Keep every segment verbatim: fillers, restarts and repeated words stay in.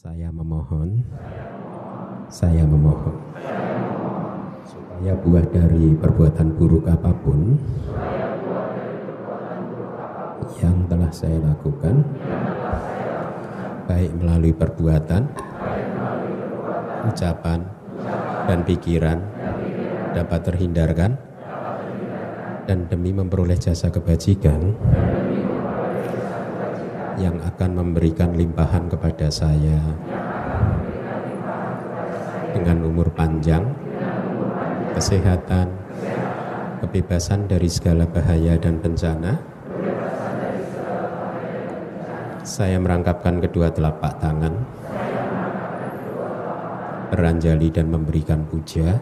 Saya memohon, saya memohon supaya buah dari perbuatan buruk apapun yang telah saya lakukan, baik melalui perbuatan, ucapan, dan pikiran, dapat terhindarkan, dan demi memperoleh jasa kebajikan yang akan memberikan limpahan kepada saya dengan umur panjang, kesehatan, kebebasan dari segala bahaya dan bencana. Saya merangkapkan kedua telapak tangan, beranjali dan memberikan puja,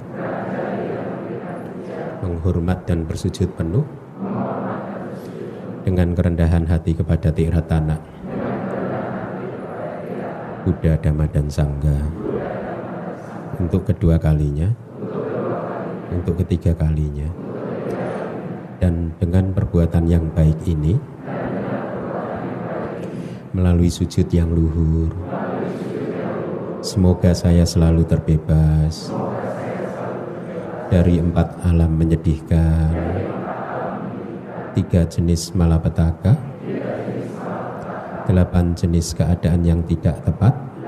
menghormat dan bersujud penuh dengan kerendahan hati kepada Tiratana, Buddha, Dhamma, dan Sangha, untuk kedua kalinya, untuk ketiga kalinya. Dan dengan perbuatan yang baik ini, melalui sujud yang luhur, semoga saya selalu terbebas dari empat alam menyedihkan, tiga jenis malapetaka, delapan jenis keadaan yang tidak tepat,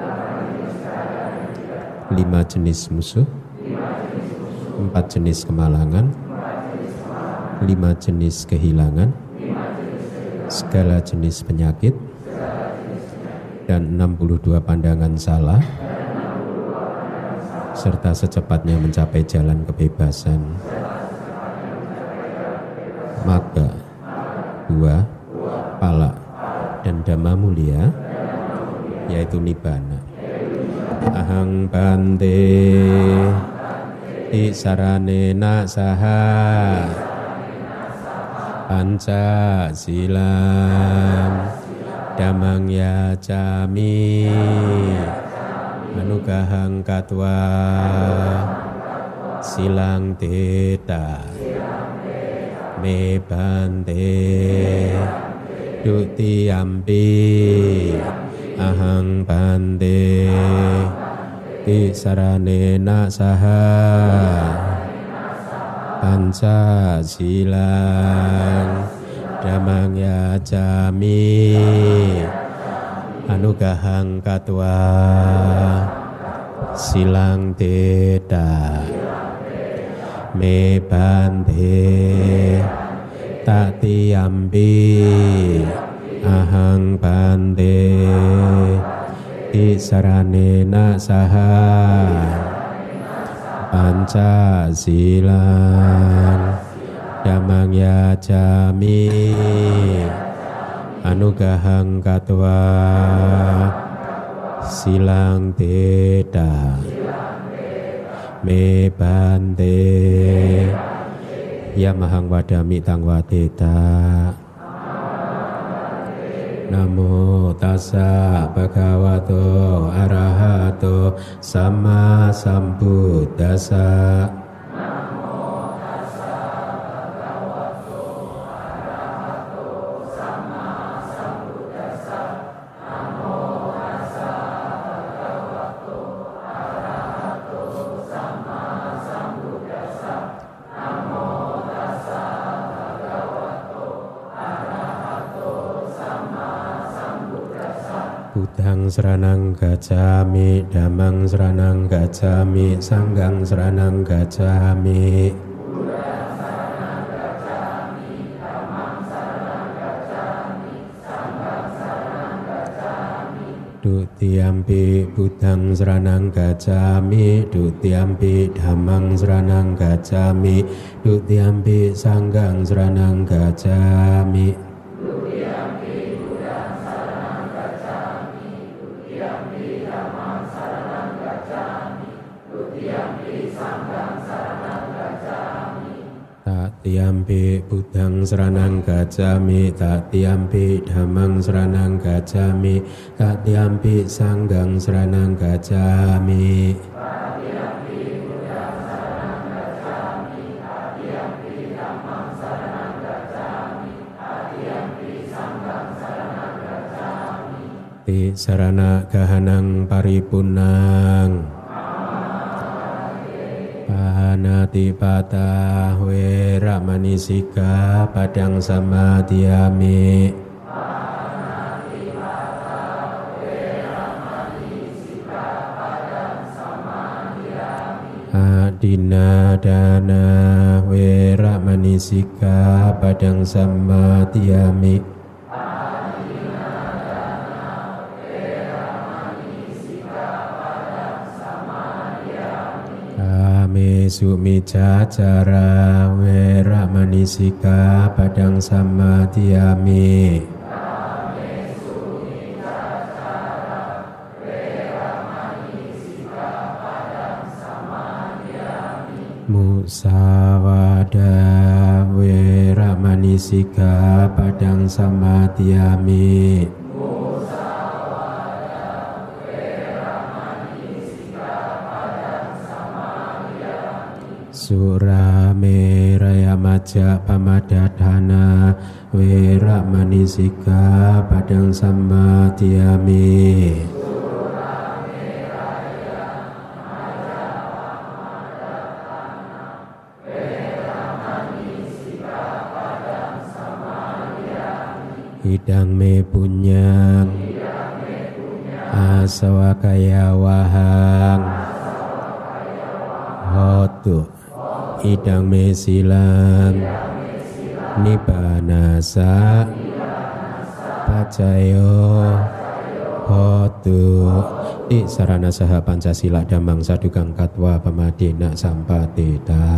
lima jenis musuh, empat jenis kemalangan, lima jenis kehilangan, segala jenis penyakit, dan enam puluh dua pandangan salah, serta secepatnya mencapai jalan kebebasan. Maka buah, pala, dan dhamma mulia, yaitu nibbana. Ahang bante tisaranena saha panca silam dhammang yacami manugahang katwa silang teta me bante dutiyampi ahang bante tisaranena saha panca silang dhammang yacami anugahang katwa silang teta me bante tatiyampi ahang bante tisaranena saha panca silang dhammang yacami anugahang katwa silang teta me bante yamahang wadami tang wadeta. Namo tassa bhagavato arahato sama sambuddhassa. Namo tassa bhagavato arahato sama sambuddhassa. Namo tassa bhagavato arahato sama sambuddhassa. Namo tassa bhagavato arahato sama Buddhang saranang gacchami, dhammang saranang gacchami, sangghang saranang gacchami. Buddhang saranang gacchami, dhammang saranang gacchami, sangghang saranang gacchami. Dutiyampi buddhang saranang gacchami, dutiyampi dhammang saranang gacchami, dutiyampi sangghang saranang gacchami. Tatiyampi buddhang saranang gacchami, tatiyampi dhammang saranang gacchami, tatiyampi sangghang saranang gacchami. Tatiyampi buddhang saranang gacchami, tatiyampi dhammang saranang gacchami, tatiyampi sangghang saranang gacchami. sarana gahanang paripunang Panati patah wera manisika padang samadhyami Adina dana wera manisika padang samadhyami Kami sumicacara wera manisika padang samadhyami Musawada wera manisika padang samadhyami Surame raya maja pamadadhana wera manisika padang samadhyami Hidang me punyang asawakaya wahang hotu Idang me silang Nibbanasa Pacayo Hotu Di sarana saha pancasila damang sadukang katwa pamadina sampatita.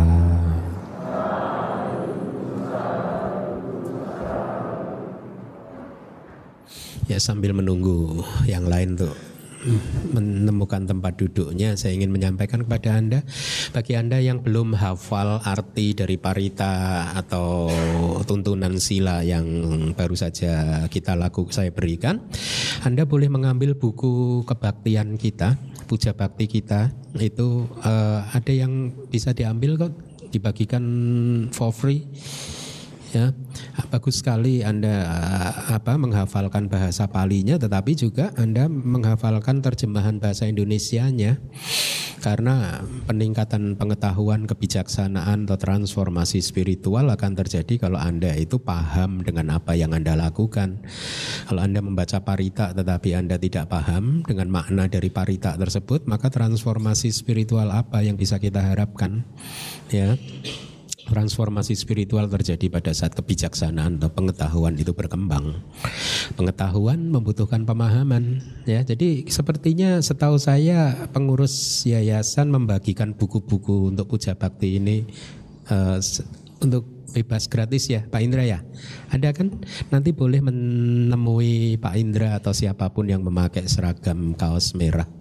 Ya sambil menunggu yang lain tuh menemukan tempat duduknya, saya ingin menyampaikan kepada Anda, bagi Anda yang belum hafal arti dari parita atau tuntunan sila yang baru saja kita lakukan, saya berikan, Anda boleh mengambil buku kebaktian kita, puja bakti kita, itu uh, ada yang bisa diambil kok, dibagikan for free. Ya, bagus sekali Anda apa menghafalkan bahasa Palinya, tetapi juga Anda menghafalkan terjemahan bahasa Indonesianya, karena peningkatan pengetahuan, kebijaksanaan atau transformasi spiritual akan terjadi kalau Anda itu paham dengan apa yang Anda lakukan. Kalau Anda membaca parita tetapi Anda tidak paham dengan makna dari parita tersebut, maka transformasi spiritual apa yang bisa kita harapkan? Ya. Transformasi spiritual terjadi pada saat kebijaksanaan atau pengetahuan itu berkembang. Pengetahuan membutuhkan pemahaman, ya. Jadi sepertinya setahu saya pengurus yayasan membagikan buku-buku untuk puja bakti ini uh, untuk bebas gratis ya, Pak Indra ya. Ada kan? Nanti boleh menemui Pak Indra atau siapapun yang memakai seragam kaos merah.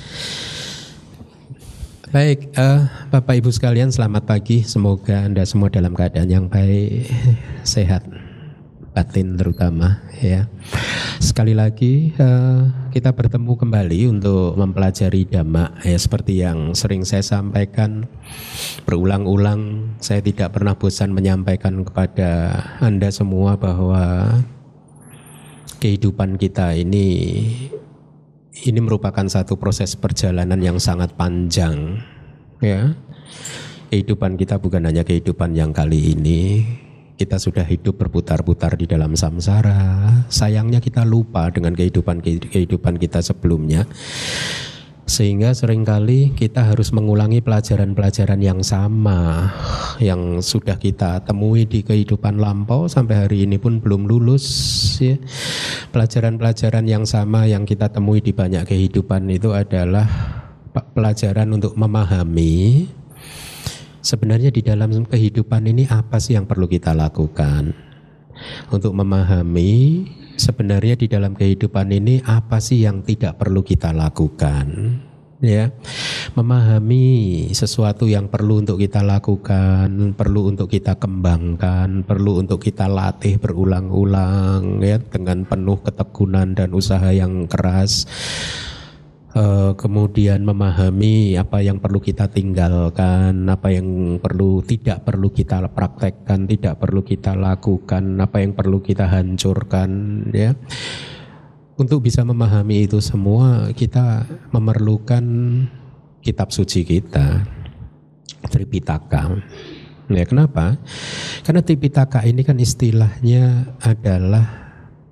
Baik, uh, Bapak Ibu sekalian, selamat pagi. Semoga Anda semua dalam keadaan yang baik, sehat, batin terutama. Ya, sekali lagi uh, kita bertemu kembali untuk mempelajari Dhamma. Ya, seperti yang sering saya sampaikan berulang-ulang, saya tidak pernah bosan menyampaikan kepada Anda semua bahwa kehidupan kita ini Ini merupakan satu proses perjalanan yang sangat panjang, ya. Kehidupan kita bukan hanya kehidupan yang kali ini. Kita sudah hidup berputar-putar di dalam samsara. Sayangnya kita lupa dengan kehidupan kehidupan kita sebelumnya. Sehingga seringkali kita harus mengulangi pelajaran-pelajaran yang sama yang sudah kita temui di kehidupan lampau sampai hari ini pun belum lulus, ya. Pelajaran-pelajaran yang sama yang kita temui di banyak kehidupan itu adalah pelajaran untuk memahami sebenarnya di dalam kehidupan ini apa sih yang perlu kita lakukan. Untuk memahami sebenarnya di dalam kehidupan ini apa sih yang tidak perlu kita lakukan, ya. Memahami sesuatu yang perlu untuk kita lakukan, perlu untuk kita kembangkan, perlu untuk kita latih berulang-ulang, ya, dengan penuh ketekunan dan usaha yang keras. Uh, kemudian memahami apa yang perlu kita tinggalkan, apa yang perlu tidak perlu kita praktekkan, tidak perlu kita lakukan, apa yang perlu kita hancurkan, ya. untuk bisa memahami itu semua kita memerlukan kitab suci kita, Tripitaka. Ya, kenapa? Karena Tripitaka ini kan istilahnya adalah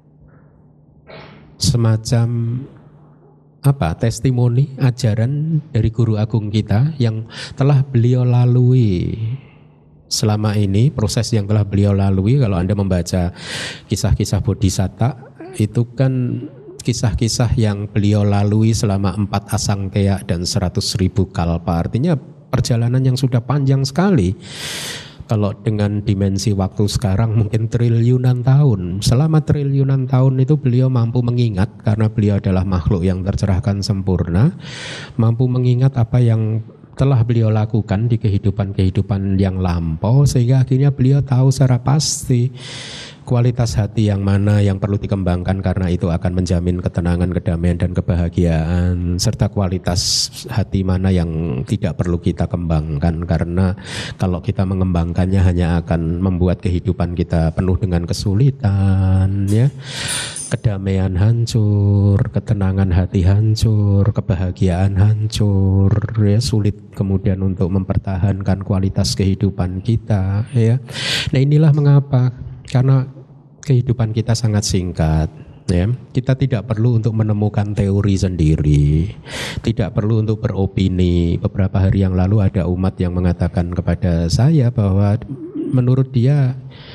semacam apa? Testimoni, ajaran dari guru agung kita yang telah beliau lalui selama ini, proses yang telah beliau lalui. Kalau Anda membaca kisah-kisah Bodhisatta, itu kan kisah-kisah yang beliau lalui selama empat asangkaya dan seratus ribu kalpa. Artinya perjalanan yang sudah panjang sekali. Kalau dengan dimensi waktu sekarang mungkin triliunan tahun. Selama triliunan tahun itu beliau mampu mengingat, karena beliau adalah makhluk yang tercerahkan sempurna, mampu mengingat apa yang telah beliau lakukan di kehidupan-kehidupan yang lampau, sehingga akhirnya beliau tahu secara pasti kualitas hati yang mana yang perlu dikembangkan, karena itu akan menjamin ketenangan, kedamaian, dan kebahagiaan, serta kualitas hati mana yang tidak perlu kita kembangkan, karena kalau kita mengembangkannya hanya akan membuat kehidupan kita penuh dengan kesulitan, ya. Kedamaian hancur, ketenangan hati hancur, kebahagiaan hancur, ya, sulit kemudian untuk mempertahankan kualitas kehidupan kita, ya. Nah, inilah mengapa, karena kehidupan kita sangat singkat, ya. Kita tidak perlu untuk menemukan teori sendiri, tidak perlu untuk beropini. Beberapa hari yang lalu ada umat yang mengatakan kepada saya bahwa menurut dia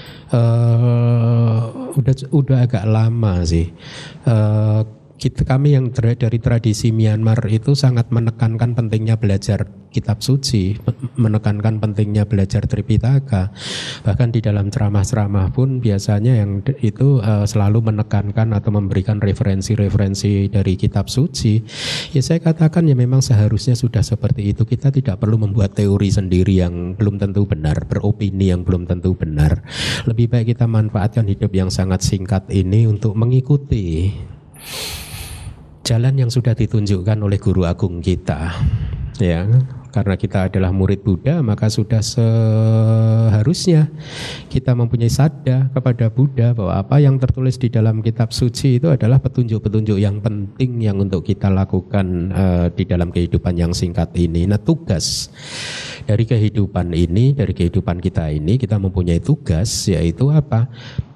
Uh, udah udah agak lama sih. Uh, kita kami yang ter, dari tradisi Myanmar itu sangat menekankan pentingnya belajar kitab suci, menekankan pentingnya belajar Tripitaka. Bahkan di dalam ceramah-ceramah pun biasanya yang itu uh, selalu menekankan atau memberikan referensi-referensi dari kitab suci. Ya, saya katakan ya memang seharusnya sudah seperti itu. Kita tidak perlu membuat teori sendiri yang belum tentu benar, beropini yang belum tentu benar. Lebih baik kita manfaatkan hidup yang sangat singkat ini untuk mengikuti jalan yang sudah ditunjukkan oleh guru agung kita, ya. Karena kita adalah murid Buddha, maka sudah seharusnya kita mempunyai sadda kepada Buddha bahwa apa yang tertulis di dalam kitab suci itu adalah petunjuk-petunjuk yang penting yang untuk kita lakukan uh, di dalam kehidupan yang singkat ini. Nah, tugas dari kehidupan ini, dari kehidupan kita ini, kita mempunyai tugas, yaitu apa?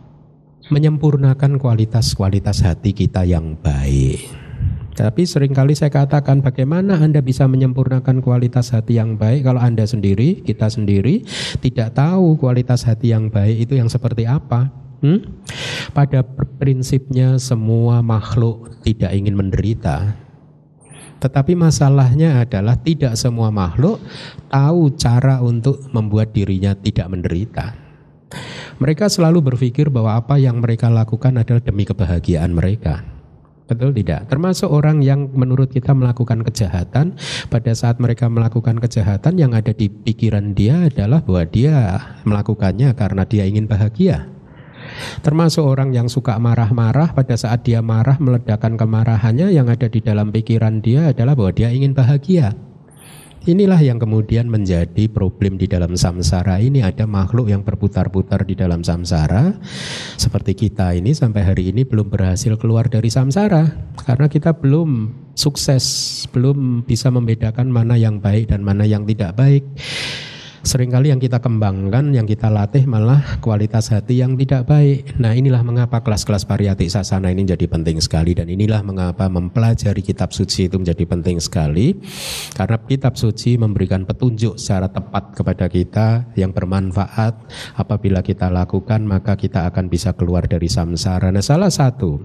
Menyempurnakan kualitas-kualitas hati kita yang baik. Tapi seringkali saya katakan, bagaimana Anda bisa menyempurnakan kualitas hati yang baik kalau Anda sendiri, kita sendiri tidak tahu kualitas hati yang baik itu yang seperti apa? Hmm? Pada prinsipnya semua makhluk tidak ingin menderita. Tetapi masalahnya adalah tidak semua makhluk tahu cara untuk membuat dirinya tidak menderita. Mereka selalu berpikir bahwa apa yang mereka lakukan adalah demi kebahagiaan mereka. Betul tidak? Termasuk orang yang menurut kita melakukan kejahatan, pada saat mereka melakukan kejahatan yang ada di pikiran dia adalah bahwa dia melakukannya karena dia ingin bahagia. Termasuk orang yang suka marah-marah, pada saat dia marah meledakkan kemarahannya, yang ada di dalam pikiran dia adalah bahwa dia ingin bahagia. Inilah yang kemudian menjadi problem di dalam samsara ini. Ada makhluk yang berputar-putar di dalam samsara, seperti kita ini sampai hari ini belum berhasil keluar dari samsara, karena kita belum sukses, belum bisa membedakan mana yang baik dan mana yang tidak baik. Seringkali yang kita kembangkan, yang kita latih malah kualitas hati yang tidak baik. Nah, inilah mengapa kelas-kelas Pariyati Sasana ini jadi penting sekali, dan inilah mengapa mempelajari kitab suci itu menjadi penting sekali, karena kitab suci memberikan petunjuk secara tepat kepada kita yang bermanfaat. Apabila kita lakukan, maka kita akan bisa keluar dari samsara. Nah, salah satu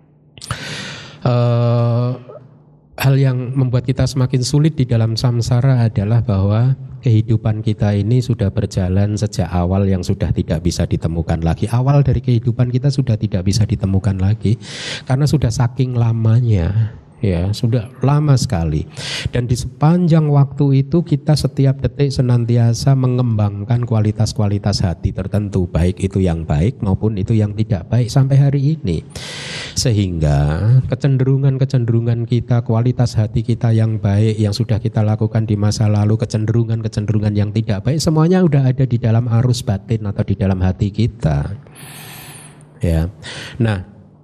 uh, hal yang membuat kita semakin sulit di dalam samsara adalah bahwa kehidupan kita ini sudah berjalan sejak awal yang sudah tidak bisa ditemukan lagi. Awal dari kehidupan kita sudah tidak bisa ditemukan lagi karena sudah saking lamanya. Ya, sudah lama sekali. Dan di sepanjang waktu itu kita setiap detik senantiasa mengembangkan kualitas-kualitas hati tertentu, baik itu yang baik maupun itu yang tidak baik sampai hari ini. Sehingga kecenderungan-kecenderungan kita, kualitas hati kita yang baik yang sudah kita lakukan di masa lalu, kecenderungan-kecenderungan yang tidak baik, semuanya sudah ada di dalam arus batin atau di dalam hati kita. Ya. Nah,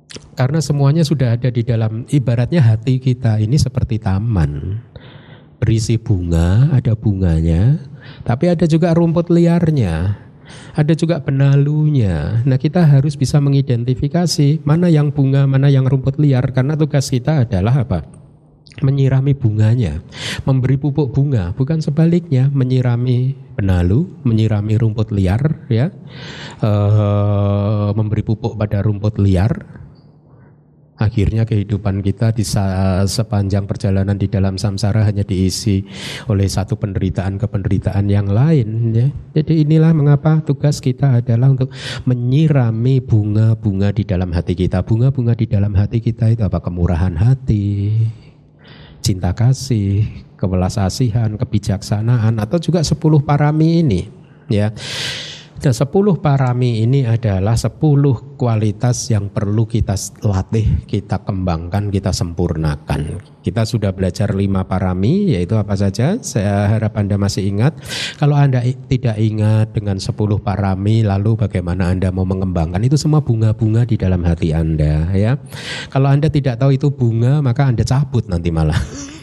Karena semuanya sudah ada di dalam, ibaratnya hati kita ini seperti taman. Berisi bunga, ada bunganya, tapi ada juga rumput liarnya, ada juga benalunya. Nah, kita harus bisa mengidentifikasi mana yang bunga, mana yang rumput liar, karena tugas kita adalah apa? Menyirami bunganya, memberi pupuk bunga, bukan sebaliknya, menyirami benalu, menyirami rumput liar, ya, e, memberi pupuk pada rumput liar. Akhirnya kehidupan kita di sepanjang perjalanan di dalam samsara hanya diisi oleh satu penderitaan ke penderitaan yang lain, ya. Jadi inilah mengapa tugas kita adalah untuk menyirami bunga-bunga di dalam hati kita. Bunga-bunga di dalam hati kita itu apa? Kemurahan hati, cinta kasih, kewelas asihan, kebijaksanaan, atau juga sepuluh parami ini, ya. Dan sepuluh parami ini adalah sepuluh kualitas yang perlu kita latih, kita kembangkan, kita sempurnakan. Kita sudah belajar lima parami, yaitu apa saja? Saya harap Anda masih ingat. Kalau Anda tidak ingat dengan sepuluh parami, lalu bagaimana Anda mau mengembangkan? Itu semua bunga-bunga di dalam hati Anda, ya. Kalau Anda tidak tahu itu bunga, maka Anda cabut nanti malah.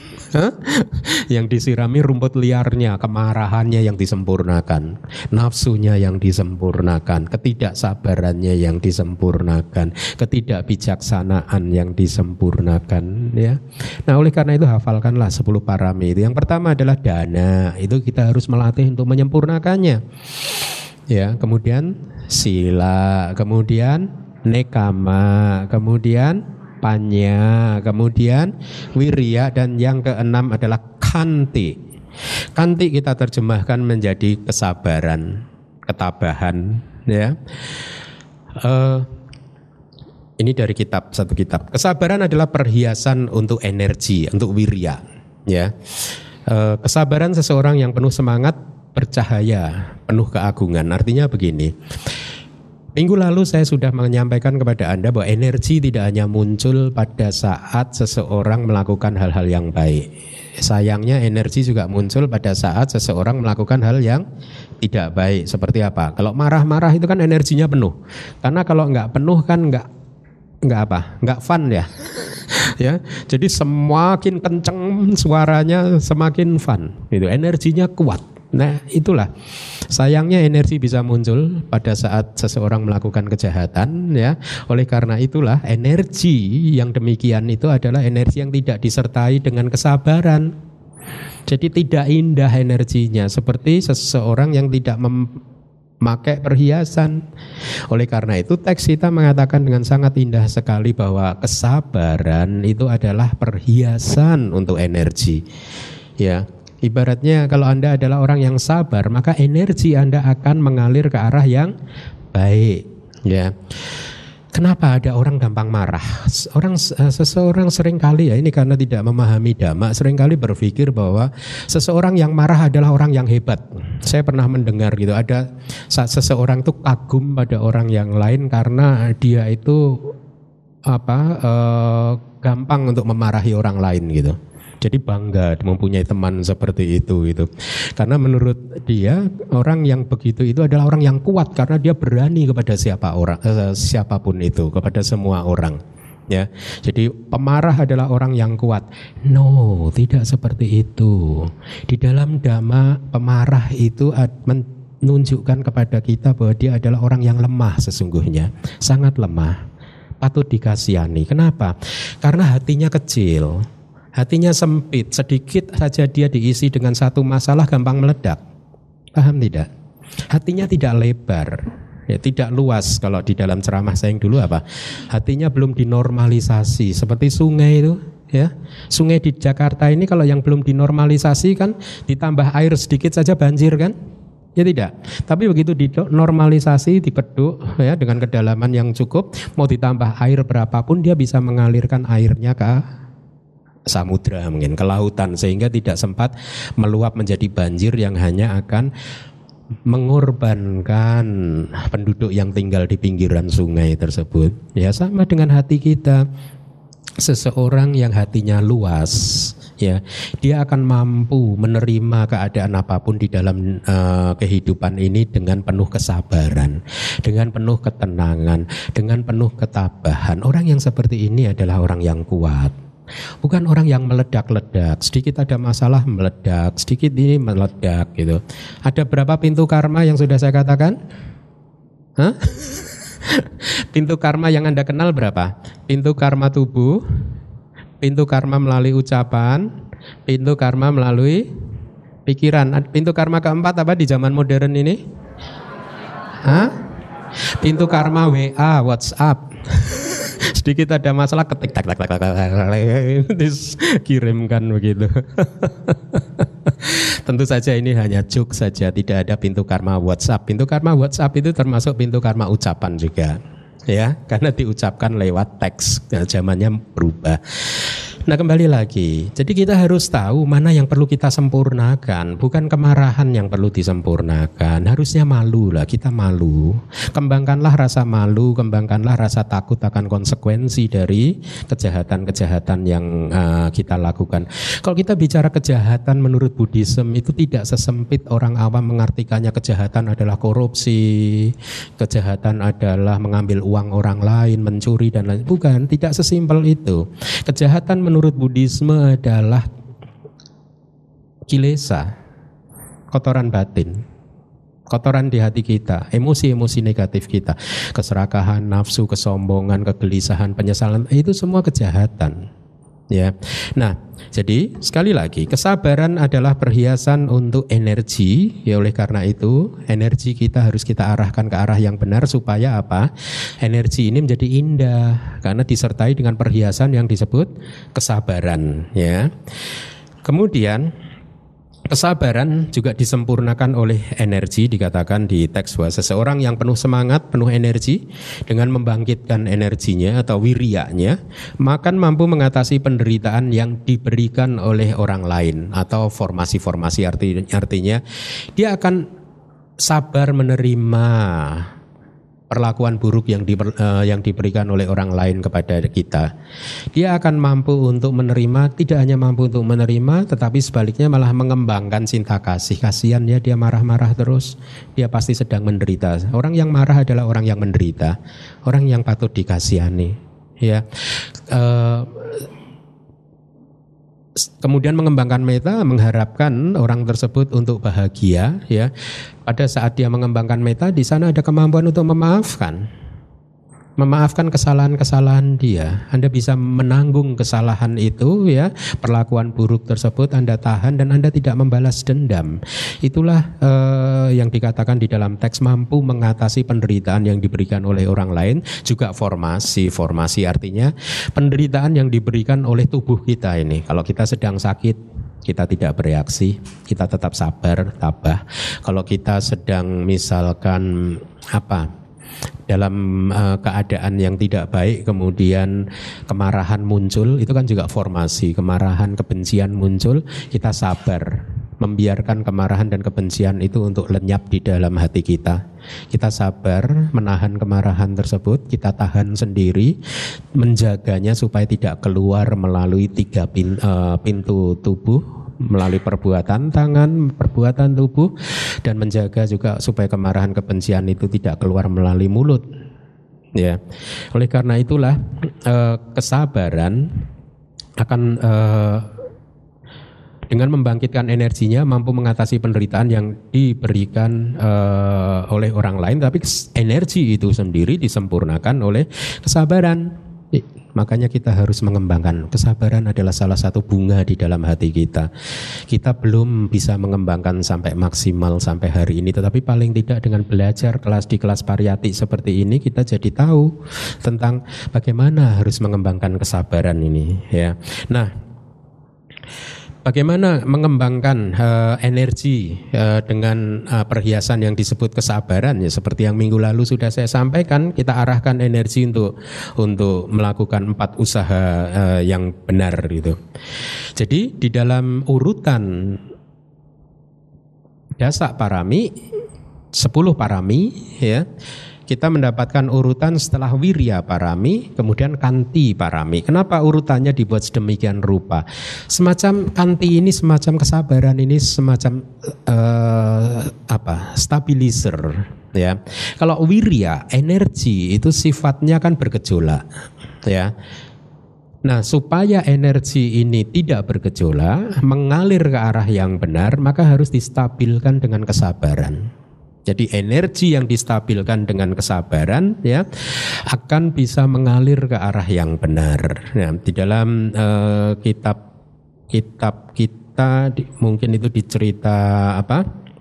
Yang disirami rumput liarnya, kemarahannya yang disempurnakan, nafsunya yang disempurnakan, ketidaksabarannya yang disempurnakan, ketidakbijaksanaan yang disempurnakan, ya. Nah, oleh karena itu hafalkanlah sepuluh parami itu. Yang pertama adalah dana, itu kita harus melatih untuk menyempurnakannya, ya. Kemudian sila, kemudian nekama, kemudian panya, kemudian wirya, dan yang keenam adalah kanti. Kanti kita terjemahkan menjadi kesabaran, ketabahan, ya. Uh, ini dari kitab, satu kitab. Kesabaran adalah perhiasan untuk energi, untuk wirya, ya. Uh, kesabaran seseorang yang penuh semangat, bercahaya, penuh keagungan. Artinya begini. Minggu lalu saya sudah menyampaikan kepada Anda bahwa energi tidak hanya muncul pada saat seseorang melakukan hal-hal yang baik. Sayangnya energi juga muncul pada saat seseorang melakukan hal yang tidak baik. Seperti apa? Kalau marah-marah itu kan energinya penuh. Karena kalau nggak penuh kan nggak nggak apa? Nggak fun ya. Ya, jadi semakin kenceng suaranya semakin fun. Itu energinya kuat. Nah, itulah sayangnya energi bisa muncul pada saat seseorang melakukan kejahatan, ya. Oleh karena itulah energi yang demikian itu adalah energi yang tidak disertai dengan kesabaran. Jadi tidak indah energinya, seperti seseorang yang tidak memakai perhiasan. Oleh karena itu teks kita mengatakan dengan sangat indah sekali bahwa kesabaran itu adalah perhiasan untuk energi, ya. Ibaratnya kalau Anda adalah orang yang sabar, maka energi Anda akan mengalir ke arah yang baik, ya. Kenapa ada orang gampang marah? Orang seseorang seringkali, ya ini karena tidak memahami dhamma, seringkali berpikir bahwa seseorang yang marah adalah orang yang hebat. Saya pernah mendengar gitu, ada saat seseorang itu kagum pada orang yang lain karena dia itu apa eh, gampang untuk memarahi orang lain gitu. Jadi bangga mempunyai teman seperti itu itu. Karena menurut dia orang yang begitu itu adalah orang yang kuat karena dia berani kepada siapa orang eh, siapapun itu, kepada semua orang, ya. Jadi pemarah adalah orang yang kuat. No, tidak seperti itu. Di dalam dhamma pemarah itu menunjukkan kepada kita bahwa dia adalah orang yang lemah sesungguhnya, sangat lemah. Patut dikasihani. Kenapa? Karena hatinya kecil. Hatinya sempit, sedikit saja dia diisi dengan satu masalah gampang meledak. Paham tidak? Hatinya tidak lebar, ya, tidak luas. Kalau di dalam ceramah saya yang dulu apa? Hatinya belum dinormalisasi, seperti sungai itu, ya. Sungai di Jakarta ini kalau yang belum dinormalisasi kan ditambah air sedikit saja banjir kan? Ya tidak. Tapi begitu dinormalisasi, dipeduk, ya, dengan kedalaman yang cukup, mau ditambah air berapapun dia bisa mengalirkan airnya ke samudra, mungkin ke lautan, sehingga tidak sempat meluap menjadi banjir yang hanya akan mengorbankan penduduk yang tinggal di pinggiran sungai tersebut. Ya, sama dengan hati kita. Seseorang yang hatinya luas, ya, dia akan mampu menerima keadaan apapun di dalam uh, kehidupan ini dengan penuh kesabaran, dengan penuh ketenangan, dengan penuh ketabahan. Orang yang seperti ini adalah orang yang kuat. Bukan orang yang meledak-ledak, sedikit ada masalah meledak, sedikit ini meledak gitu. Ada berapa pintu karma yang sudah saya katakan? Hah? Pintu karma yang Anda kenal berapa? Pintu karma tubuh, pintu karma melalui ucapan, pintu karma melalui pikiran. Pintu karma keempat apa di zaman modern ini? Hah? Pintu karma W A, WhatsApp. Sedikit ada masalah ketik tak tak tak tak kirimkan begitu. Tentu saja ini hanya joke saja, tidak ada pintu karma WhatsApp. Pintu karma WhatsApp itu termasuk pintu karma ucapan juga, ya, karena diucapkan lewat teks. Nah, zamannya berubah. Nah, kembali lagi, jadi kita harus tahu mana yang perlu kita sempurnakan. Bukan kemarahan yang perlu disempurnakan. Harusnya malu lah, kita malu. Kembangkanlah rasa malu, kembangkanlah rasa takut akan konsekuensi dari kejahatan-kejahatan yang uh, kita lakukan. Kalau kita bicara kejahatan menurut Buddhisme, itu tidak sesempit orang awam mengartikannya. Kejahatan adalah korupsi, kejahatan adalah mengambil uang orang lain, mencuri dan lain. Bukan, tidak sesimpel itu. Kejahatan menurut Menurut Buddhisme adalah kilesa, kotoran batin, kotoran di hati kita, emosi-emosi negatif kita, keserakahan, nafsu, kesombongan, kegelisahan, penyesalan, itu semua kejahatan. Ya, nah, jadi sekali lagi kesabaran adalah perhiasan untuk energi. Ya, oleh karena itu energi kita harus kita arahkan ke arah yang benar supaya apa? Energi ini menjadi indah karena disertai dengan perhiasan yang disebut kesabaran. Ya, kemudian kesabaran juga disempurnakan oleh energi. Dikatakan di teks bahwa seseorang yang penuh semangat, penuh energi, dengan membangkitkan energinya atau wirianya, maka mampu mengatasi penderitaan yang diberikan oleh orang lain atau formasi-formasi. Arti, artinya dia akan sabar menerima perlakuan buruk yang, di, uh, yang diberikan oleh orang lain kepada kita. Dia akan mampu untuk menerima, tidak hanya mampu untuk menerima, tetapi sebaliknya malah mengembangkan cinta kasih. Kasihan ya, dia marah-marah terus, dia pasti sedang menderita. Orang yang marah adalah orang yang menderita, orang yang patut dikasihani. Ya, uh, kemudian mengembangkan meta, mengharapkan orang tersebut untuk bahagia. Ya, pada saat dia mengembangkan meta, di sana ada kemampuan untuk memaafkan, memaafkan kesalahan-kesalahan dia. Anda bisa menanggung kesalahan itu, ya, perlakuan buruk tersebut Anda tahan dan Anda tidak membalas dendam. Itulah eh, yang dikatakan di dalam teks mampu mengatasi penderitaan yang diberikan oleh orang lain. Juga formasi, formasi artinya penderitaan yang diberikan oleh tubuh kita ini. Kalau kita sedang sakit, kita tidak bereaksi, kita tetap sabar, tabah. Kalau kita sedang misalkan apa, dalam uh, keadaan yang tidak baik, kemudian kemarahan muncul, itu kan juga formasi. Kemarahan, kebencian muncul, kita sabar, membiarkan kemarahan dan kebencian itu untuk lenyap di dalam hati kita. Kita sabar menahan kemarahan tersebut, kita tahan sendiri, menjaganya supaya tidak keluar melalui tiga pin, uh, pintu tubuh, melalui perbuatan tangan, perbuatan tubuh, dan menjaga juga supaya kemarahan kebencian itu tidak keluar melalui mulut. Ya, oleh karena itulah eh, kesabaran akan eh, dengan membangkitkan energinya mampu mengatasi penderitaan yang diberikan eh, oleh orang lain, tapi energi itu sendiri disempurnakan oleh kesabaran. Makanya kita harus mengembangkan. Kesabaran adalah salah satu bunga di dalam hati kita. Kita belum bisa mengembangkan sampai maksimal sampai hari ini, tetapi paling tidak dengan belajar kelas di kelas pariyati seperti ini, kita jadi tahu tentang bagaimana harus mengembangkan kesabaran ini, ya. Nah, bagaimana mengembangkan uh, energi uh, dengan uh, perhiasan yang disebut kesabaran, ya, seperti yang minggu lalu sudah saya sampaikan, kita arahkan energi untuk untuk melakukan empat usaha uh, yang benar gitu. Jadi di dalam urutan dasa parami, sepuluh parami, ya, kita mendapatkan urutan setelah wirya parami, kemudian kanti parami. Kenapa urutannya dibuat sedemikian rupa? Semacam kanti ini, semacam kesabaran ini, semacam uh, apa? Stabilizer, ya. Kalau wirya, energi itu sifatnya kan bergejolak, ya. Nah, supaya energi ini tidak bergejolak, mengalir ke arah yang benar, maka harus distabilkan dengan kesabaran. Jadi energi yang distabilkan dengan kesabaran, ya, akan bisa mengalir ke arah yang benar. Nah, di dalam uh, kitab kitab kita di, mungkin itu dicerita apa?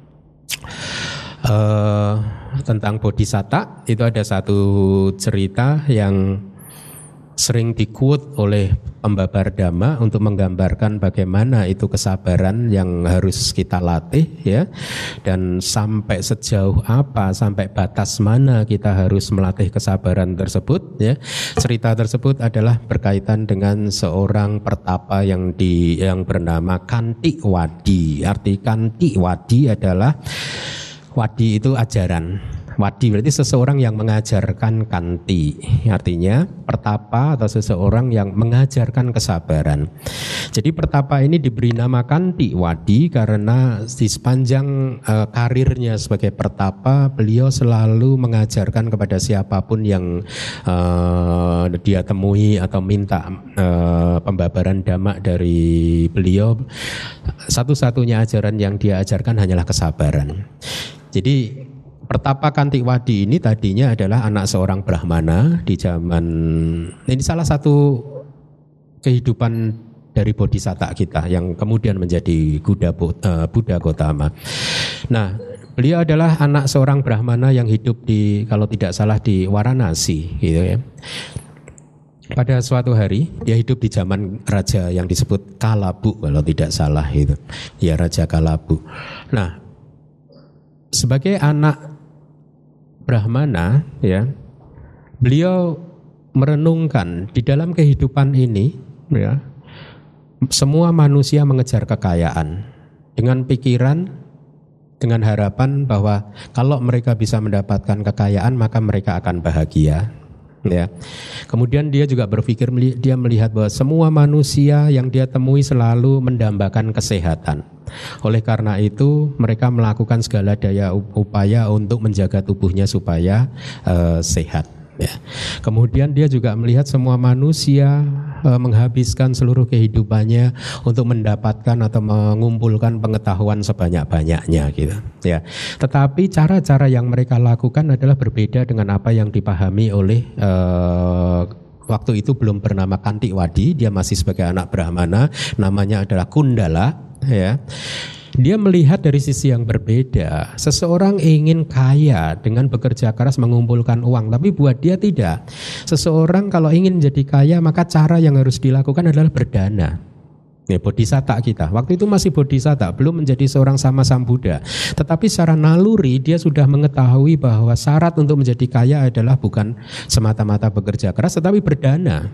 Uh, tentang Bodhisatta, itu ada satu cerita yang sering di-quote oleh pembabar dhamma untuk menggambarkan bagaimana itu kesabaran yang harus kita latih, ya, dan sampai sejauh apa, sampai batas mana kita harus melatih kesabaran tersebut, ya. Cerita tersebut adalah berkaitan dengan seorang pertapa yang di yang bernama Kanti Wadi. Arti Kanti Wadi adalah, wadi itu ajaran. Wadi berarti seseorang yang mengajarkan kanti, artinya pertapa atau seseorang yang mengajarkan kesabaran. Jadi pertapa ini diberi nama Kanti Wadi karena di sepanjang uh, karirnya sebagai pertapa, beliau selalu mengajarkan kepada siapapun yang uh, dia temui atau minta uh, pembabaran dhamma dari beliau, satu-satunya ajaran yang dia ajarkan hanyalah kesabaran. Jadi pertapa Kanti Wadi ini tadinya adalah anak seorang Brahmana di zaman, ini salah satu kehidupan dari Bodhisatta kita yang kemudian menjadi Buddha, uh, Buddha Gotama. Nah, beliau adalah anak seorang Brahmana yang hidup di, kalau tidak salah, di Varanasi, gitu ya. Pada suatu hari dia hidup di zaman raja yang disebut Kalabu, kalau tidak salah itu, ya, Raja Kalabu. Nah, sebagai anak Brahmana, ya, beliau merenungkan di dalam kehidupan ini, ya, semua manusia mengejar kekayaan dengan pikiran, dengan harapan bahwa kalau mereka bisa mendapatkan kekayaan maka mereka akan bahagia, ya. Kemudian dia juga berpikir, dia melihat bahwa semua manusia yang dia temui selalu mendambakan kesehatan. Oleh karena itu mereka melakukan segala daya upaya untuk menjaga tubuhnya supaya uh, sehat, ya. Kemudian dia juga melihat semua manusia uh, menghabiskan seluruh kehidupannya untuk mendapatkan atau mengumpulkan pengetahuan sebanyak-banyaknya, gitu, ya. Tetapi cara-cara yang mereka lakukan adalah berbeda dengan apa yang dipahami oleh uh, waktu itu belum bernama Kanti Wadi, dia masih sebagai anak Brahmana, namanya adalah Kundala, ya. Dia melihat dari sisi yang berbeda. Seseorang ingin kaya dengan bekerja keras mengumpulkan uang, tapi buat dia tidak. Seseorang kalau ingin menjadi kaya maka cara yang harus dilakukan adalah berdana. Ya, Bodhisatta kita waktu itu masih Bodhisatta, belum menjadi seorang sama Sambuddha. Tetapi secara naluri dia sudah mengetahui bahwa syarat untuk menjadi kaya adalah bukan semata-mata bekerja keras, tetapi berdana.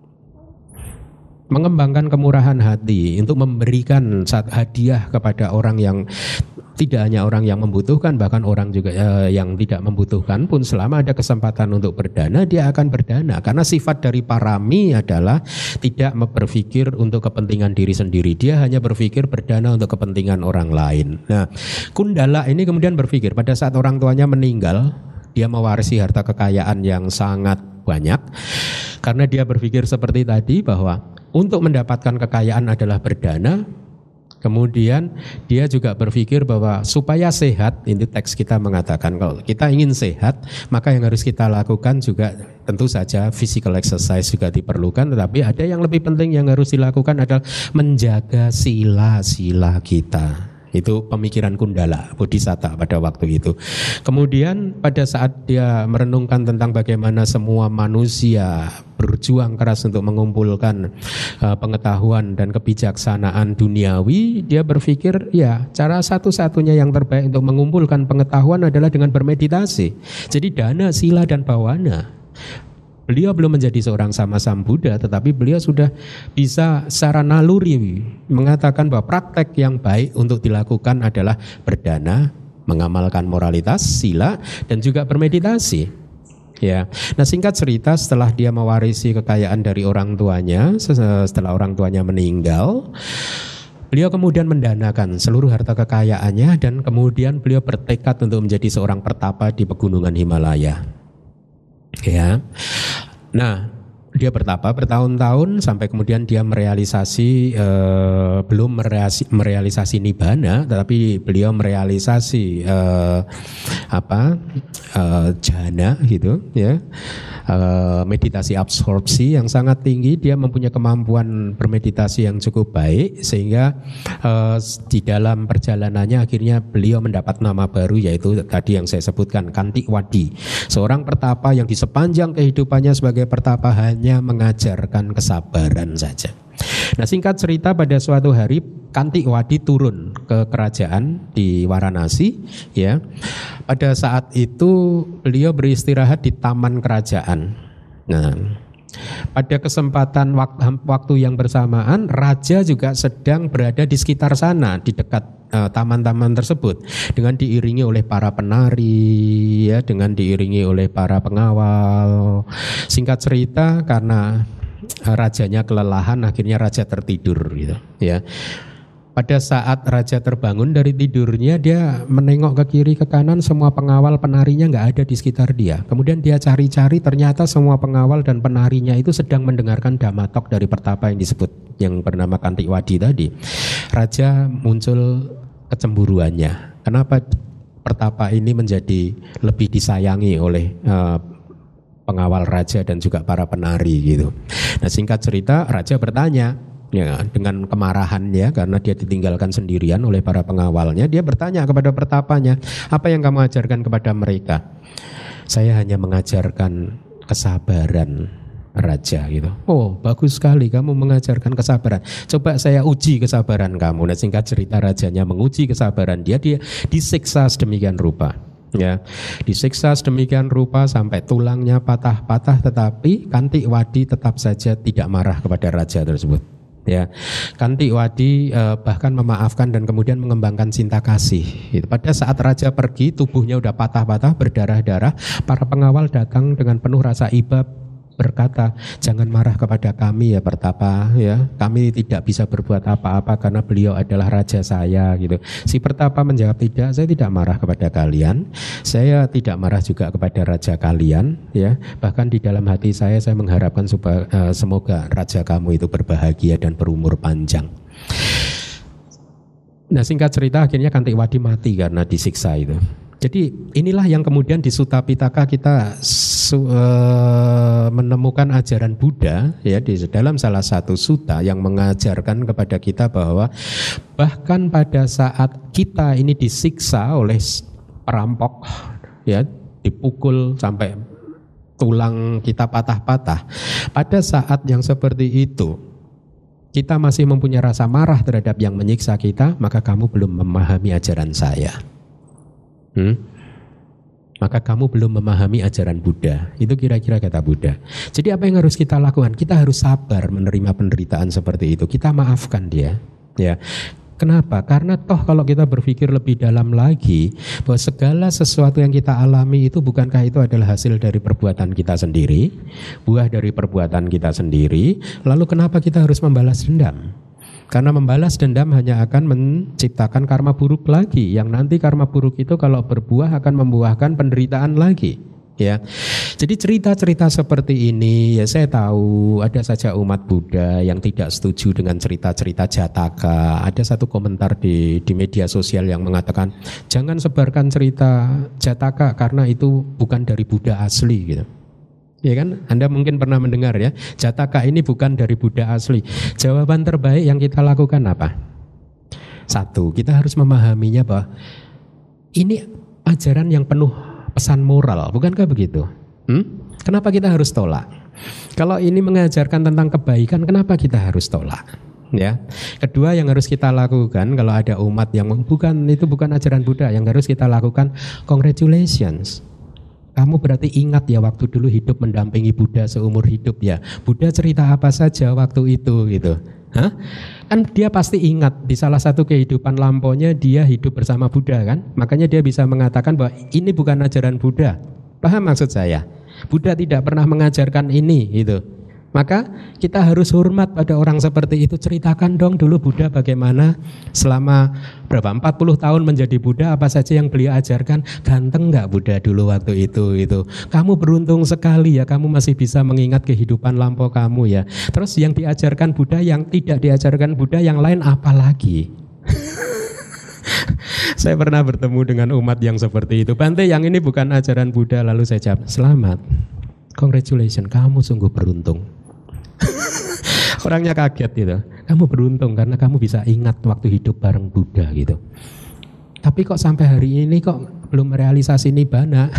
Mengembangkan kemurahan hati untuk memberikan hadiah kepada orang yang tidak hanya orang yang membutuhkan, bahkan orang juga eh, yang tidak membutuhkan pun, selama ada kesempatan untuk berdana dia akan berdana, karena sifat dari parami adalah tidak berpikir untuk kepentingan diri sendiri, dia hanya berpikir berdana untuk kepentingan orang lain. Nah, Kundala ini kemudian berpikir pada saat orang tuanya meninggal, dia mewarisi harta kekayaan yang sangat banyak, karena dia berpikir seperti tadi bahwa untuk mendapatkan kekayaan adalah berdana. Kemudian dia juga berpikir bahwa supaya sehat, ini teks kita mengatakan kalau kita ingin sehat maka yang harus kita lakukan juga tentu saja physical exercise juga diperlukan, tetapi ada yang lebih penting yang harus dilakukan adalah menjaga sila-sila kita. Itu pemikiran Kundala, Bodhisatta pada waktu itu. Kemudian pada saat dia merenungkan tentang bagaimana semua manusia berjuang keras untuk mengumpulkan uh, pengetahuan dan kebijaksanaan duniawi, dia berpikir ya cara satu-satunya yang terbaik untuk mengumpulkan pengetahuan adalah dengan bermeditasi. Jadi dana, sila dan bawana. Beliau belum menjadi seorang sama Sambuddha, tetapi beliau sudah bisa secara naluri mengatakan bahwa praktek yang baik untuk dilakukan adalah berdana, mengamalkan moralitas, sila, dan juga bermeditasi. Ya, nah singkat cerita setelah dia mewarisi kekayaan dari orang tuanya, setelah orang tuanya meninggal, beliau kemudian mendanakan seluruh harta kekayaannya dan kemudian beliau bertekad untuk menjadi seorang pertapa di pegunungan Himalaya. Ya, nah dia bertapa bertahun-tahun sampai kemudian dia merealisasi eh, belum merealisasi, merealisasi nibbana, tetapi beliau merealisasi eh, apa eh, jhana gitu ya. Uh, meditasi absorpsi yang sangat tinggi. Dia mempunyai kemampuan bermeditasi yang cukup baik sehingga uh, di dalam perjalanannya akhirnya beliau mendapat nama baru, yaitu tadi yang saya sebutkan, Kantiwadi, seorang pertapa yang di sepanjang kehidupannya sebagai pertapa hanya mengajarkan kesabaran saja. Nah singkat cerita, pada suatu hari Kantiwadi turun ke kerajaan di Varanasi ya. Pada saat itu beliau beristirahat di taman kerajaan. Nah, pada kesempatan waktu, waktu yang bersamaan raja juga sedang berada di sekitar sana, di dekat uh, taman-taman tersebut, dengan diiringi oleh para penari ya, dengan diiringi oleh para pengawal. Singkat cerita, karena rajanya kelelahan, akhirnya raja tertidur gitu ya. Pada saat raja terbangun dari tidurnya, dia menengok ke kiri ke kanan, semua pengawal penarinya nggak ada di sekitar dia. Kemudian dia cari-cari, ternyata semua pengawal dan penarinya itu sedang mendengarkan dhammatalk dari pertapa yang disebut, yang bernama Kantiwadi tadi. Raja muncul kecemburuannya. Kenapa pertapa ini menjadi lebih disayangi oleh uh, pengawal raja dan juga para penari gitu. Nah singkat cerita, raja bertanya, ya, dengan kemarahan ya, karena dia ditinggalkan sendirian oleh para pengawalnya. Dia bertanya kepada pertapanya, apa yang kamu ajarkan kepada mereka? Saya hanya mengajarkan kesabaran, raja gitu. Oh bagus sekali kamu mengajarkan kesabaran, coba saya uji kesabaran kamu. Nah singkat cerita, rajanya menguji kesabaran dia, dia disiksa sedemikian rupa ya, disiksa sedemikian rupa sampai tulangnya patah-patah, tetapi Kantiwadi tetap saja tidak marah kepada raja tersebut. Ya, Kantiwadi eh, bahkan memaafkan dan kemudian mengembangkan cinta kasih. Gitu. Pada saat raja pergi, tubuhnya udah patah-patah, berdarah-darah. Para pengawal datang dengan penuh rasa iba, berkata, jangan marah kepada kami ya pertapa ya. Kami tidak bisa berbuat apa-apa karena beliau adalah raja saya gitu. Si pertapa menjawab, tidak, saya tidak marah kepada kalian. Saya tidak marah juga kepada raja kalian ya. Bahkan di dalam hati saya saya mengharapkan supaya uh, semoga raja kamu itu berbahagia dan berumur panjang. Nah singkat cerita, akhirnya Kantiwadi mati karena disiksa itu. Jadi inilah yang kemudian di Sutta Pitaka kita su, uh, menemukan ajaran Buddha ya, di dalam salah satu sutta yang mengajarkan kepada kita bahwa bahkan pada saat kita ini disiksa oleh perampok ya, dipukul sampai tulang kita patah-patah, pada saat yang seperti itu kita masih mempunyai rasa marah terhadap yang menyiksa kita, maka kamu belum memahami ajaran saya. Hmm? Maka kamu belum memahami ajaran Buddha. Itu kira-kira kata Buddha. Jadi apa yang harus kita lakukan? Kita harus sabar menerima penderitaan seperti itu. Kita maafkan dia. Ya. Kenapa? Karena toh kalau kita berpikir lebih dalam lagi, bahwa segala sesuatu yang kita alami itu bukankah itu adalah hasil dari perbuatan kita sendiri, buah dari perbuatan kita sendiri. Lalu kenapa kita harus membalas dendam? Karena membalas dendam hanya akan menciptakan karma buruk lagi, yang nanti karma buruk itu kalau berbuah akan membuahkan penderitaan lagi. Ya, jadi cerita-cerita seperti ini ya, saya tahu ada saja umat Buddha yang tidak setuju dengan cerita-cerita Jataka. Ada satu komentar di di media sosial yang mengatakan jangan sebarkan cerita Jataka karena itu bukan dari Buddha asli gitu. Ya kan, Anda mungkin pernah mendengar ya, Jataka ini bukan dari Buddha asli. Jawaban terbaik yang kita lakukan apa? Satu, kita harus memahaminya bahwa ini ajaran yang penuh pesan moral, bukankah begitu? Hmm? Kenapa kita harus tolak? Kalau ini mengajarkan tentang kebaikan, kenapa kita harus tolak? Ya. Kedua yang harus kita lakukan, kalau ada umat yang bukan, itu bukan ajaran Buddha, yang harus kita lakukan, congratulations. Kamu berarti ingat ya waktu dulu hidup mendampingi Buddha seumur hidup ya. Buddha cerita apa saja waktu itu gitu. Hah? Kan dia pasti ingat di salah satu kehidupan lampaunya dia hidup bersama Buddha kan. Makanya dia bisa mengatakan bahwa ini bukan ajaran Buddha. Paham maksud saya? Buddha tidak pernah mengajarkan ini gitu. Maka kita harus hormat pada orang seperti itu. Ceritakan dong dulu Buddha bagaimana selama berapa empat puluh tahun menjadi Buddha, apa saja yang beliau ajarkan. Ganteng gak Buddha dulu waktu itu itu. Kamu beruntung sekali ya, kamu masih bisa mengingat kehidupan lampau kamu ya. Terus yang diajarkan Buddha, yang tidak diajarkan Buddha, yang lain apa lagi? Saya pernah bertemu dengan umat yang seperti itu. Bante, yang ini bukan ajaran Buddha. Lalu saya jawab, selamat, congratulations, kamu sungguh beruntung. Orangnya kaget gitu. Kamu beruntung karena kamu bisa ingat waktu hidup bareng Buddha gitu. Tapi kok sampai hari ini kok belum realisasi nibbana?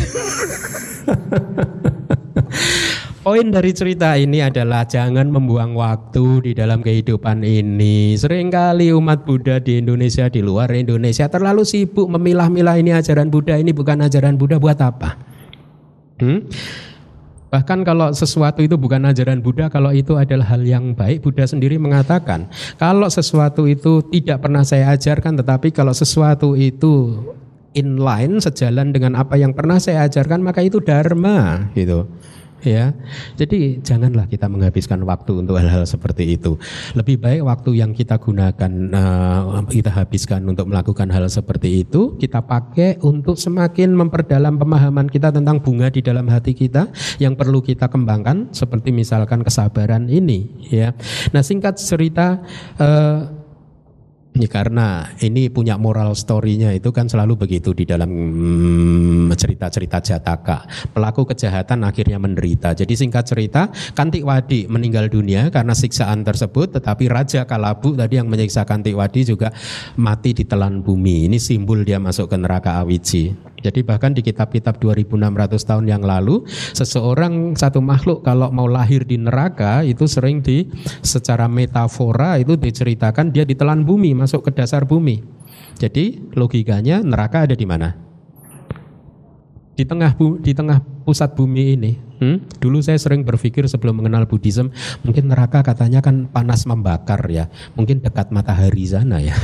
Poin dari cerita ini adalah jangan membuang waktu di dalam kehidupan ini. Seringkali umat Buddha di Indonesia, di luar Indonesia terlalu sibuk memilah-milah ini ajaran Buddha, ini bukan ajaran Buddha, buat apa? Hmm? Bahkan kalau sesuatu itu bukan ajaran Buddha, kalau itu adalah hal yang baik, Buddha sendiri mengatakan, kalau sesuatu itu tidak pernah saya ajarkan, tetapi kalau sesuatu itu inline, sejalan dengan apa yang pernah saya ajarkan, maka itu dharma gitu. Ya, jadi janganlah kita menghabiskan waktu untuk hal-hal seperti itu. Lebih baik waktu yang kita gunakan, uh, kita habiskan untuk melakukan hal seperti itu, kita pakai untuk semakin memperdalam pemahaman kita tentang bunga di dalam hati kita yang perlu kita kembangkan, seperti misalkan kesabaran ini. Ya, nah singkat cerita. Uh, Ini karena ini punya moral story-nya itu kan selalu begitu di dalam hmm, cerita-cerita Jataka. Pelaku kejahatan akhirnya menderita. Jadi singkat cerita, Kantiwadi meninggal dunia karena siksaan tersebut, tetapi Raja Kalabu tadi yang menyiksa Kantiwadi juga mati ditelan bumi. Ini simbol dia masuk ke neraka Awiji. Jadi bahkan di kitab-kitab dua ribu enam ratus tahun yang lalu, seseorang, satu makhluk kalau mau lahir di neraka itu sering di secara metafora itu diceritakan dia ditelan bumi, masuk ke dasar bumi. Jadi logikanya neraka ada di mana? Di tengah bu, di tengah pusat bumi ini. Hmm? Dulu saya sering berpikir sebelum mengenal Buddhism, mungkin neraka katanya kan panas membakar ya, mungkin dekat matahari sana ya.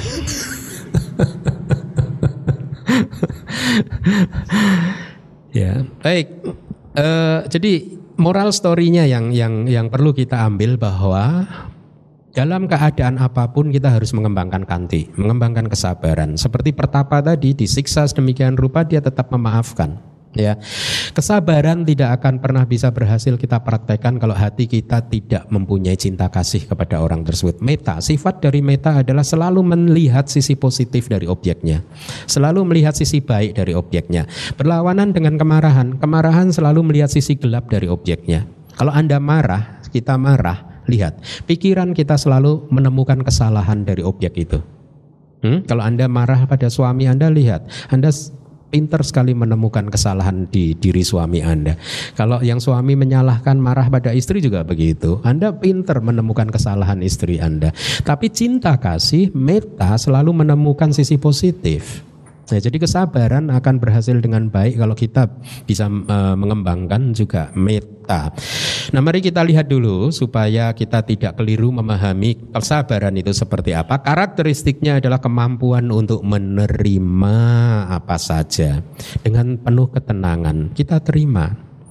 Ya, baik. Uh, jadi moral story-nya yang yang yang perlu kita ambil bahwa dalam keadaan apapun kita harus mengembangkan kanti, mengembangkan kesabaran. Seperti pertapa tadi, disiksa sedemikian rupa dia tetap memaafkan. Ya, kesabaran tidak akan pernah bisa berhasil kita praktekkan kalau hati kita tidak mempunyai cinta kasih kepada orang tersebut. Meta, sifat dari meta adalah selalu melihat sisi positif dari objeknya, selalu melihat sisi baik dari objeknya. Berlawanan dengan kemarahan, kemarahan selalu melihat sisi gelap dari objeknya. Kalau Anda marah, kita marah, lihat, pikiran kita selalu menemukan kesalahan dari objek itu. Hmm? Kalau Anda marah pada suami Anda, lihat, Anda pintar sekali menemukan kesalahan di diri suami Anda. Kalau yang suami menyalahkan, marah pada istri juga begitu. Anda pintar menemukan kesalahan istri Anda. Tapi cinta kasih, meta selalu menemukan sisi positif. Nah, jadi kesabaran akan berhasil dengan baik kalau kita bisa uh, mengembangkan juga meta. Nah, mari kita lihat dulu supaya kita tidak keliru memahami kesabaran itu seperti apa. Karakteristiknya adalah kemampuan untuk menerima apa saja dengan penuh ketenangan. Kita terima,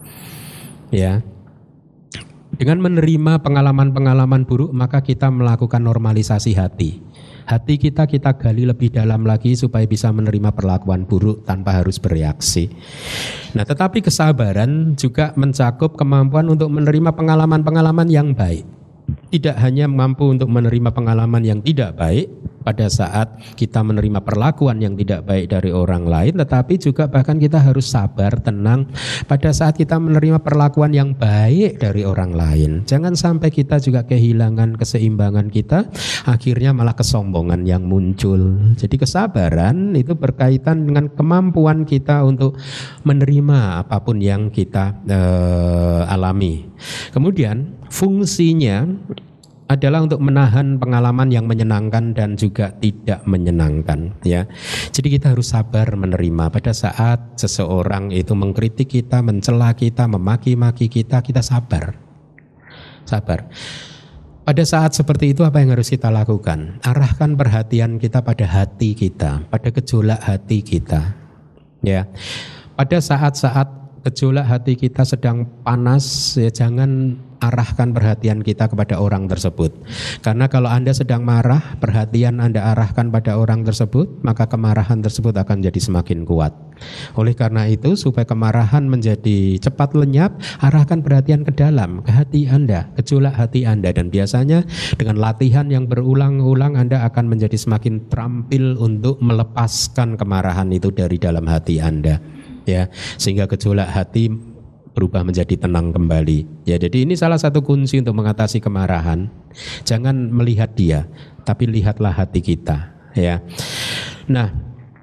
ya. Dengan menerima pengalaman-pengalaman buruk, maka kita melakukan normalisasi hati. Hati kita kita gali lebih dalam lagi supaya bisa menerima perlakuan buruk tanpa harus bereaksi. Nah, tetapi kesabaran juga mencakup kemampuan untuk menerima pengalaman-pengalaman yang baik. Tidak hanya mampu untuk menerima pengalaman yang tidak baik pada saat kita menerima perlakuan yang tidak baik dari orang lain, tetapi juga bahkan kita harus sabar, tenang pada saat kita menerima perlakuan yang baik dari orang lain. Jangan sampai kita juga kehilangan keseimbangan kita, akhirnya malah kesombongan yang muncul. Jadi kesabaran itu berkaitan dengan kemampuan kita untuk menerima apapun yang kita uh, alami. Kemudian fungsinya adalah untuk menahan pengalaman yang menyenangkan dan juga tidak menyenangkan, ya. Jadi kita harus sabar menerima pada saat seseorang itu mengkritik kita, mencela kita, memaki-maki kita, kita sabar. Sabar. Pada saat seperti itu apa yang harus kita lakukan? Arahkan perhatian kita pada hati kita, pada gejolak hati kita. Ya. Pada saat-saat gejolak hati kita sedang panas, ya jangan arahkan perhatian kita kepada orang tersebut. Karena kalau Anda sedang marah, perhatian Anda arahkan pada orang tersebut, maka kemarahan tersebut akan jadi semakin kuat. Oleh karena itu, supaya kemarahan menjadi cepat lenyap, arahkan perhatian ke dalam, ke hati Anda, gejolak hati Anda. Dan biasanya dengan latihan yang berulang-ulang, Anda akan menjadi semakin terampil untuk melepaskan kemarahan itu dari dalam hati Anda. Ya, sehingga gejolak hati berubah menjadi tenang kembali. Ya, jadi ini salah satu kunci untuk mengatasi kemarahan. Jangan melihat dia, tapi lihatlah hati kita. Ya. Nah,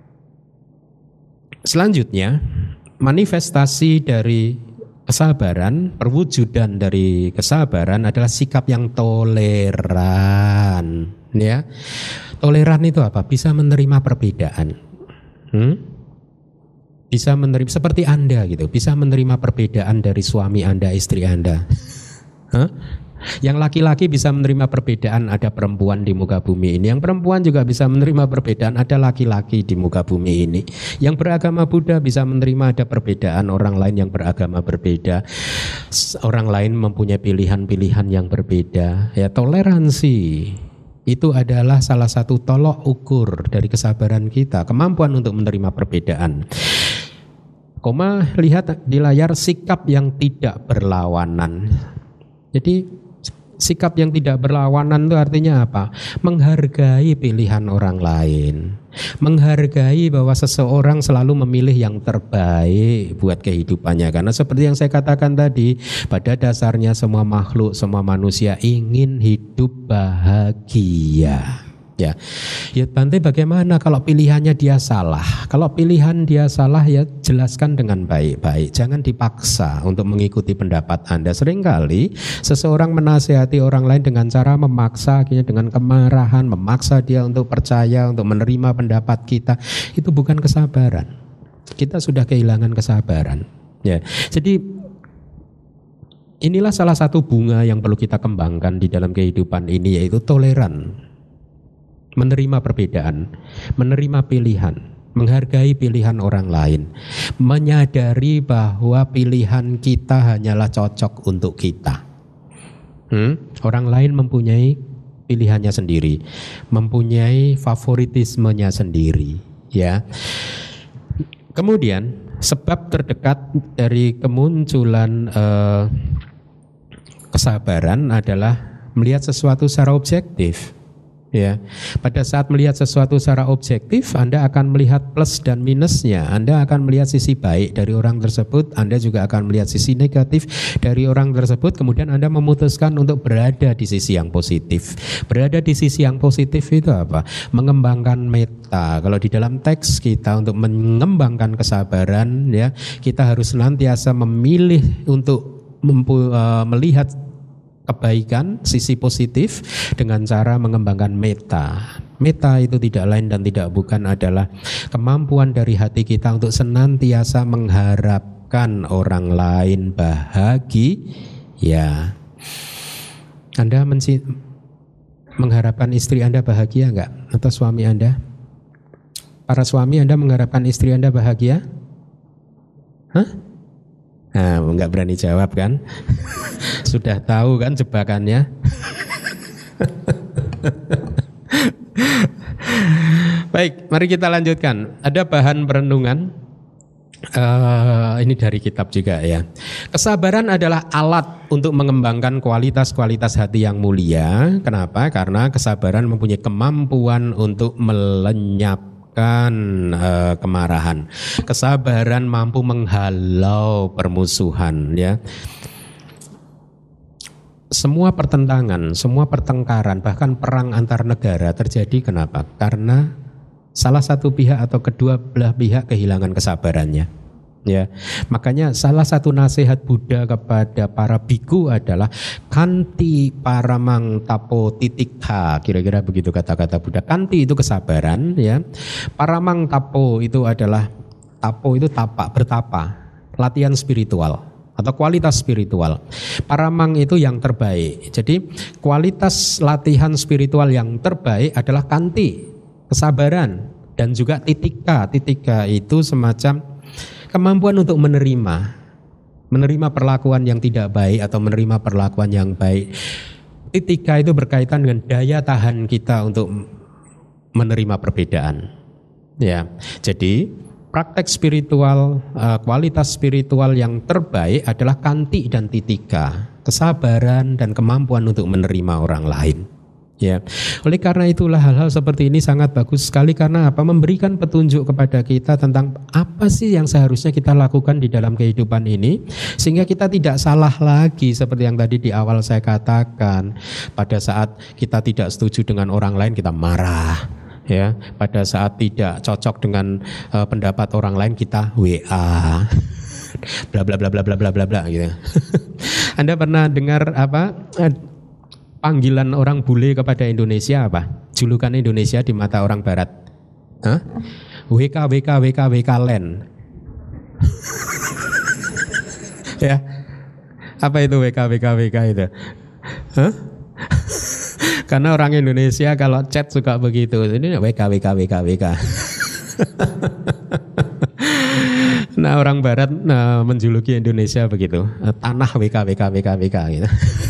selanjutnya manifestasi dari kesabaran, perwujudan dari kesabaran adalah sikap yang toleran. Ya, toleran itu apa? Bisa menerima perbedaan. Hmm? Bisa menerima seperti Anda gitu, bisa menerima perbedaan dari suami Anda, istri Anda. Hah? Yang laki-laki bisa menerima perbedaan, ada perempuan di muka bumi ini. Yang perempuan juga bisa menerima perbedaan, ada laki-laki di muka bumi ini. Yang beragama Buddha bisa menerima ada perbedaan orang lain yang beragama berbeda. Orang lain mempunyai pilihan-pilihan yang berbeda. Ya, toleransi itu adalah salah satu tolok ukur dari kesabaran kita, kemampuan untuk menerima perbedaan. Koma, lihat di layar sikap yang tidak berlawanan. Jadi sikap yang tidak berlawanan itu artinya apa? Menghargai pilihan orang lain. Menghargai bahwa seseorang selalu memilih yang terbaik buat kehidupannya. Karena seperti yang saya katakan tadi, pada dasarnya semua makhluk, semua manusia ingin hidup bahagia. Ya, ya Bante, bagaimana kalau pilihannya dia salah? Kalau pilihan dia salah, ya jelaskan dengan baik-baik. Jangan dipaksa untuk mengikuti pendapat Anda. Seringkali seseorang menasihati orang lain dengan cara memaksa, akhirnya dengan kemarahan, memaksa dia untuk percaya, untuk menerima pendapat kita. Itu bukan kesabaran. Kita sudah kehilangan kesabaran. Ya, jadi inilah salah satu bunga yang perlu kita kembangkan di dalam kehidupan ini, yaitu toleran. Menerima perbedaan, menerima pilihan, menghargai pilihan orang lain, menyadari bahwa pilihan kita hanyalah cocok untuk kita. Hmm? Orang lain mempunyai pilihannya sendiri, mempunyai favoritismenya sendiri. Ya. Kemudian sebab terdekat dari kemunculan eh, kesabaran adalah melihat sesuatu secara objektif. Ya, pada saat melihat sesuatu secara objektif, Anda akan melihat plus dan minusnya. Anda akan melihat sisi baik dari orang tersebut, Anda juga akan melihat sisi negatif dari orang tersebut. Kemudian Anda memutuskan untuk berada di sisi yang positif. Berada di sisi yang positif itu apa? Mengembangkan metta. Kalau di dalam teks kita untuk mengembangkan kesabaran, ya, kita harus senantiasa memilih untuk mempu, uh, melihat kebaikan, sisi positif dengan cara mengembangkan metta. Metta itu tidak lain dan tidak bukan adalah kemampuan dari hati kita untuk senantiasa mengharapkan orang lain bahagia. Ya, Anda menci- mengharapkan istri Anda bahagia enggak? Atau suami Anda? Para suami, Anda mengharapkan istri Anda bahagia? Hah? Nah, enggak berani jawab kan? Sudah tahu kan jebakannya? Baik, mari kita lanjutkan. Ada bahan perenungan. Uh, ini dari kitab juga ya. Kesabaran adalah alat untuk mengembangkan kualitas-kualitas hati yang mulia. Kenapa? Karena kesabaran mempunyai kemampuan untuk melenyap Uh, kemarahan. Kesabaran mampu menghalau permusuhan, ya. Semua pertentangan, semua pertengkaran, bahkan perang antar negara terjadi kenapa? Karena salah satu pihak atau kedua belah pihak kehilangan kesabarannya. Ya, makanya salah satu nasihat Buddha kepada para biku adalah kanti paramang tapo titikha, kira-kira begitu kata-kata Buddha. Kanti itu kesabaran, ya. Paramang tapo itu adalah tapo itu tapak, bertapa, latihan spiritual atau kualitas spiritual. Paramang itu yang terbaik. Jadi kualitas latihan spiritual yang terbaik adalah kanti, kesabaran, dan juga titika. Titika itu semacam kemampuan untuk menerima, menerima perlakuan yang tidak baik atau menerima perlakuan yang baik. Titika itu berkaitan dengan daya tahan kita untuk menerima perbedaan. Ya, jadi praktek spiritual, kualitas spiritual yang terbaik adalah kanti dan titika, kesabaran dan kemampuan untuk menerima orang lain. Ya, oleh karena itulah hal-hal seperti ini sangat bagus sekali karena apa? Memberikan petunjuk kepada kita tentang apa sih yang seharusnya kita lakukan di dalam kehidupan ini, sehingga kita tidak salah lagi seperti yang tadi di awal saya katakan. Pada saat kita tidak setuju dengan orang lain kita marah, ya. Pada saat tidak cocok dengan uh, pendapat orang lain kita W A, bla bla bla bla bla bla bla bla gitu. Anda pernah dengar apa? Panggilan orang bule kepada Indonesia apa? Julukan Indonesia di mata orang barat. Hah? W K W K W K W K Land. Ya. Apa itu W K W K W K itu? Hah? Karena orang Indonesia kalau chat suka begitu. Ini W K W K W K W K. Nah, orang barat nah, menjuluki Indonesia begitu. Tanah W K W K W K W K gitu.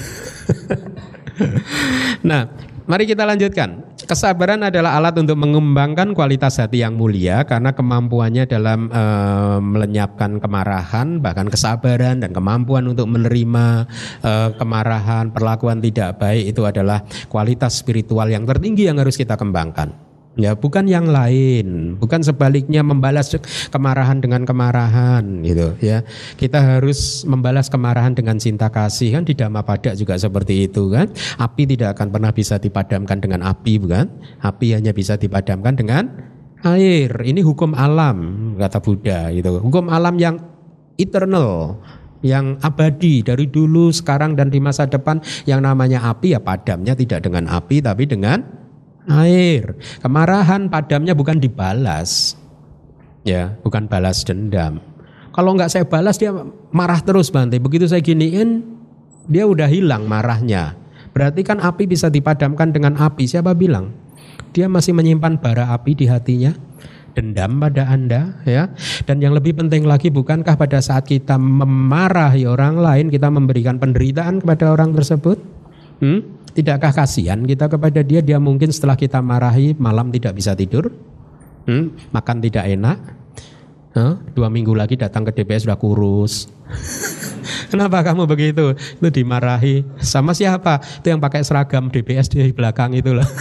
Nah, mari kita lanjutkan. Kesabaran adalah alat untuk mengembangkan kualitas hati yang mulia karena kemampuannya dalam e, melenyapkan kemarahan, bahkan kesabaran dan kemampuan untuk menerima e, kemarahan, perlakuan tidak baik itu adalah kualitas spiritual yang tertinggi yang harus kita kembangkan. Ya, bukan yang lain, bukan sebaliknya membalas kemarahan dengan kemarahan gitu ya. Kita harus membalas kemarahan dengan cinta kasih, kan di Dhammapada juga seperti itu kan. Api tidak akan pernah bisa dipadamkan dengan api, bukan? Api hanya bisa dipadamkan dengan air. Ini hukum alam kata Buddha gitu. Hukum alam yang eternal, yang abadi dari dulu, sekarang dan di masa depan. Yang namanya api ya padamnya tidak dengan api tapi dengan air. Kemarahan padamnya bukan dibalas, ya, bukan balas dendam. Kalau nggak saya balas dia marah terus Bante. Begitu saya giniin dia udah hilang marahnya. Berarti kan api bisa dipadamkan dengan api. Siapa bilang? Dia masih menyimpan bara api di hatinya, dendam pada Anda, ya. Dan yang lebih penting lagi, bukankah pada saat kita memarahi orang lain kita memberikan penderitaan kepada orang tersebut? Hmm? Tidakkah kasihan kita kepada dia? Dia mungkin setelah kita marahi malam tidak bisa tidur, hmm? makan tidak enak, huh? dua minggu lagi datang ke D P S sudah kurus. Kenapa kamu begitu? Itu dimarahi sama siapa? Itu yang pakai seragam D P S di belakang itu loh.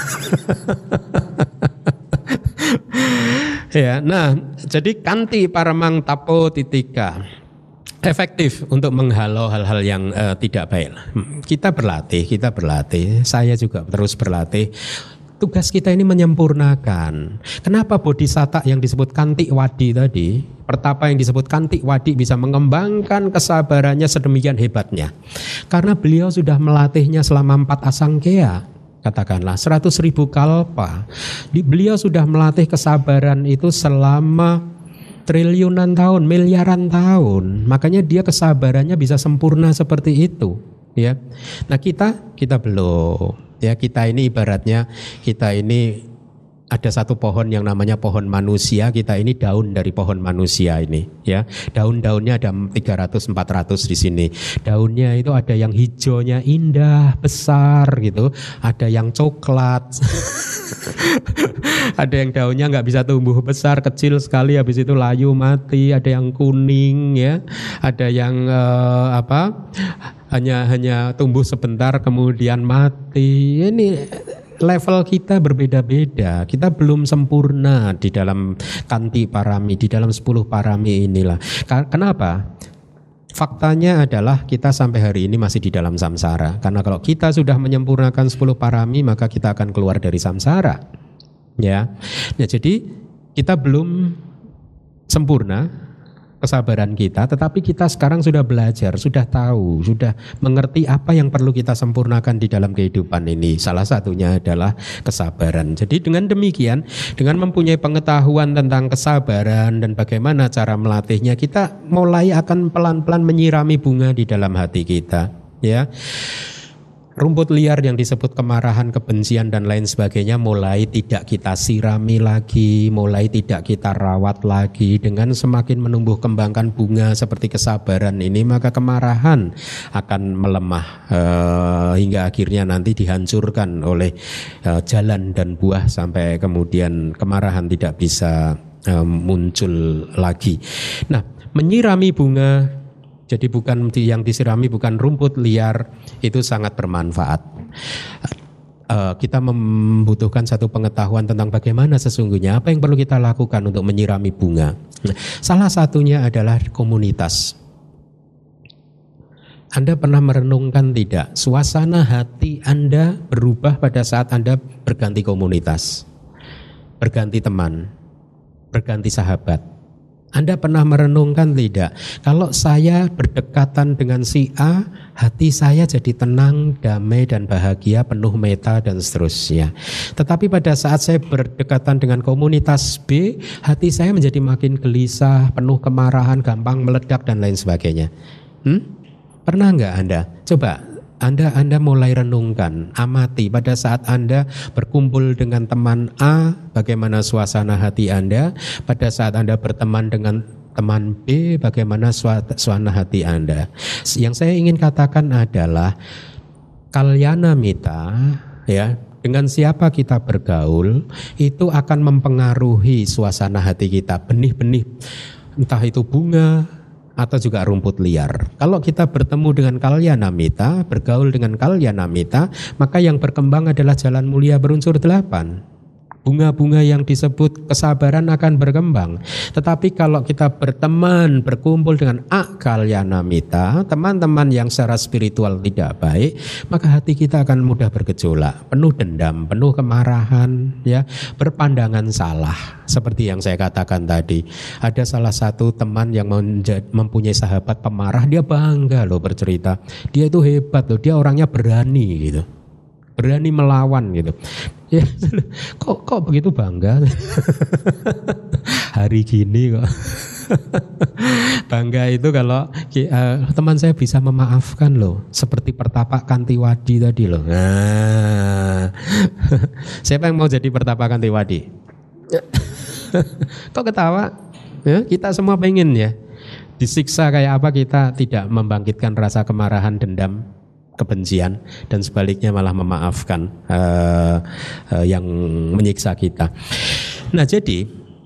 Ya, nah, jadi kanti paramang tapo titika. Efektif untuk menghalau hal-hal yang uh, tidak baik. Kita berlatih, kita berlatih. Saya juga terus berlatih. Tugas kita ini menyempurnakan. Kenapa Bodhisatta yang disebut Kantik Wadi tadi, pertapa yang disebut Kantik Wadi bisa mengembangkan kesabarannya sedemikian hebatnya? Karena beliau sudah melatihnya selama empat asangkaya. Katakanlah seratus ribu kalpa. Beliau sudah melatih kesabaran itu selama triliunan tahun, miliaran tahun. Makanya dia kesabarannya bisa sempurna seperti itu, ya. Nah, kita kita belum. Ya, kita ini ibaratnya kita ini ada satu pohon yang namanya pohon manusia, kita ini daun dari pohon manusia ini, ya. Daun-daunnya ada tiga ratus empat ratus di sini. Daunnya itu ada yang hijaunya indah, besar gitu, ada yang coklat. Ada yang daunnya nggak bisa tumbuh besar, kecil sekali, habis itu layu mati. Ada yang kuning, ya. Ada yang uh, apa? Hanya hanya tumbuh sebentar kemudian mati. Ini level kita berbeda-beda. Kita belum sempurna di dalam kanti parami, di dalam sepuluh parami inilah. Kenapa? Faktanya adalah kita sampai hari ini masih di dalam samsara. Karena kalau kita sudah menyempurnakan sepuluh parami, maka kita akan keluar dari samsara. Ya. Nah, jadi kita belum sempurna kesabaran kita, tetapi kita sekarang sudah belajar, sudah tahu, sudah mengerti apa yang perlu kita sempurnakan di dalam kehidupan ini. Salah satunya adalah kesabaran. Jadi dengan demikian, dengan mempunyai pengetahuan tentang kesabaran dan bagaimana cara melatihnya, kita mulai akan pelan-pelan menyirami bunga di dalam hati kita, ya. rumput liar yang disebut kemarahan, kebencian dan lain sebagainya mulai tidak kita sirami lagi, mulai tidak kita rawat lagi. Dengan semakin menumbuh kembangkan bunga seperti kesabaran ini, maka kemarahan akan melemah eh, hingga akhirnya nanti dihancurkan oleh eh, jalan dan buah sampai kemudian kemarahan tidak bisa eh, muncul lagi. Nah, menyirami bunga, jadi bukan yang disirami bukan rumput liar, itu sangat bermanfaat. Uh, kita membutuhkan satu pengetahuan tentang bagaimana sesungguhnya apa yang perlu kita lakukan untuk menyirami bunga. Salah satunya adalah komunitas. Anda pernah merenungkan tidak? Suasana hati Anda berubah pada saat Anda berganti komunitas, berganti teman, berganti sahabat. Anda pernah merenungkan tidak? Kalau saya berdekatan dengan si A, hati saya jadi tenang, damai dan bahagia, penuh meta dan seterusnya. Tetapi pada saat saya berdekatan dengan komunitas B, hati saya menjadi makin gelisah, penuh kemarahan, gampang meledak dan lain sebagainya. Hmm? Pernah enggak Anda? Coba Anda Anda mulai renungkan, amati pada saat Anda berkumpul dengan teman A, bagaimana suasana hati Anda. Pada saat Anda berteman dengan teman B, bagaimana suasana hati Anda. Yang saya ingin katakan adalah kalyana mita, ya, dengan siapa kita bergaul itu akan mempengaruhi suasana hati kita. Benih-benih, entah itu bunga atau juga rumput liar. Kalau kita bertemu dengan kalyana mita, bergaul dengan kalyana mita, maka yang berkembang adalah jalan mulia berunsur delapan. Bunga-bunga yang disebut kesabaran akan berkembang. Tetapi kalau kita berteman, berkumpul dengan akalyana mita, teman-teman yang secara spiritual tidak baik, maka hati kita akan mudah bergejolak, penuh dendam, penuh kemarahan, ya, berpandangan salah. Seperti yang saya katakan tadi, ada salah satu teman yang mempunyai sahabat pemarah, dia bangga loh bercerita, dia itu hebat loh, dia orangnya berani gitu. Berani melawan gitu. Ya, kok kok begitu bangga? Hari gini kok. Bangga itu kalau uh, teman saya bisa memaafkan loh, seperti pertapa Kantiwadi tadi loh. Nah, siapa yang mau jadi pertapa Kantiwadi? Kok ketawa? Ya, kita semua pengen ya. Disiksa kayak apa kita tidak membangkitkan rasa kemarahan, dendam, kebencian, dan sebaliknya malah memaafkan uh, uh, yang menyiksa kita. Nah, jadi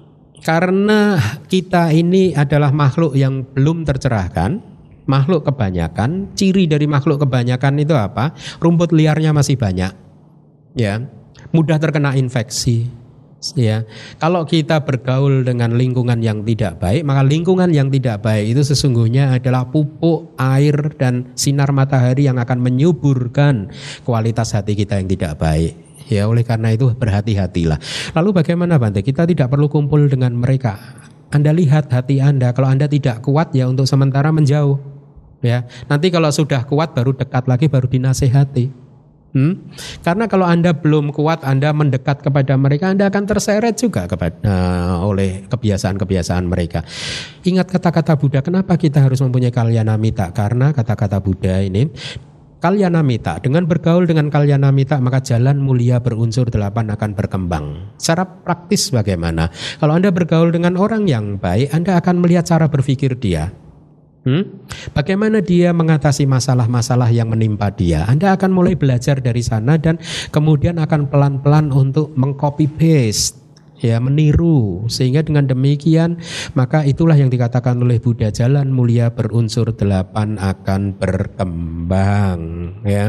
karena kita ini adalah makhluk yang belum tercerahkan, makhluk kebanyakan, ciri dari makhluk kebanyakan itu apa? Rumput liarnya masih banyak, ya, mudah terkena infeksi. Ya, kalau kita bergaul dengan lingkungan yang tidak baik, maka lingkungan yang tidak baik itu sesungguhnya adalah pupuk air dan sinar matahari yang akan menyuburkan kualitas hati kita yang tidak baik. Ya, oleh karena itu berhati-hatilah. Lalu bagaimana Bante? Kita tidak perlu kumpul dengan mereka. Anda lihat hati Anda, kalau Anda tidak kuat ya untuk sementara menjauh. Ya, nanti kalau sudah kuat baru dekat lagi, baru dinasehati. Hmm? Karena kalau Anda belum kuat, Anda mendekat kepada mereka, Anda akan terseret juga kepada, uh, oleh kebiasaan-kebiasaan mereka. Ingat kata-kata Buddha, kenapa kita harus mempunyai kalyana mita? Karena kata-kata Buddha ini, kalyana mita, dengan bergaul dengan kalyana mita, maka jalan mulia berunsur delapan akan berkembang. Secara praktis bagaimana? Kalau Anda bergaul dengan orang yang baik, Anda akan melihat cara berpikir dia. Hmm? Bagaimana dia mengatasi masalah-masalah yang menimpa dia. Anda akan mulai belajar dari sana dan kemudian akan pelan-pelan untuk mengcopy paste, ya, meniru, sehingga dengan demikian maka itulah yang dikatakan oleh Buddha, jalan mulia berunsur delapan akan berkembang, ya.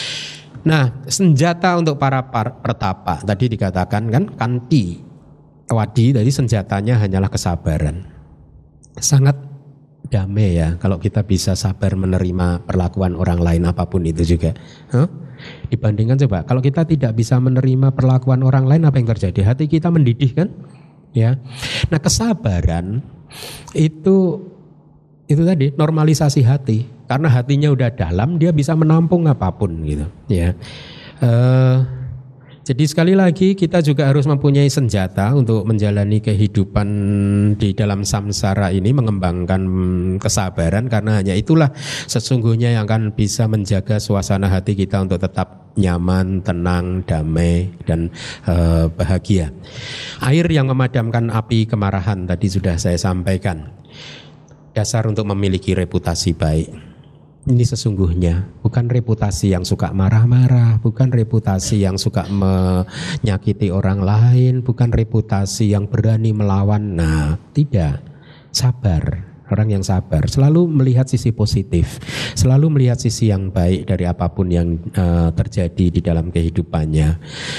Nah, senjata untuk para pertapa tadi dikatakan kan, kanti wadi, tadi senjatanya hanyalah kesabaran. Sangat damai ya kalau kita bisa sabar menerima perlakuan orang lain apapun itu juga. Huh? Dibandingkan coba kalau kita tidak bisa menerima perlakuan orang lain, apa yang terjadi? Hati kita mendidih kan? Ya. Nah, kesabaran itu itu tadi normalisasi hati. Karena hatinya udah dalam, dia bisa menampung apapun gitu, ya. Uh, Jadi sekali lagi kita juga harus mempunyai senjata untuk menjalani kehidupan di dalam samsara ini, mengembangkan kesabaran, karena hanya itulah sesungguhnya yang akan bisa menjaga suasana hati kita untuk tetap nyaman, tenang, damai, dan eh, bahagia. Air yang memadamkan api kemarahan tadi sudah saya sampaikan. Dasar untuk memiliki reputasi baik. Ini sesungguhnya bukan reputasi yang suka marah-marah, bukan reputasi yang suka menyakiti orang lain, bukan reputasi yang berani melawan. Nah, tidak. Sabar. Orang yang sabar selalu melihat sisi positif, selalu melihat sisi yang baik dari apapun yang uh, terjadi di dalam kehidupannya.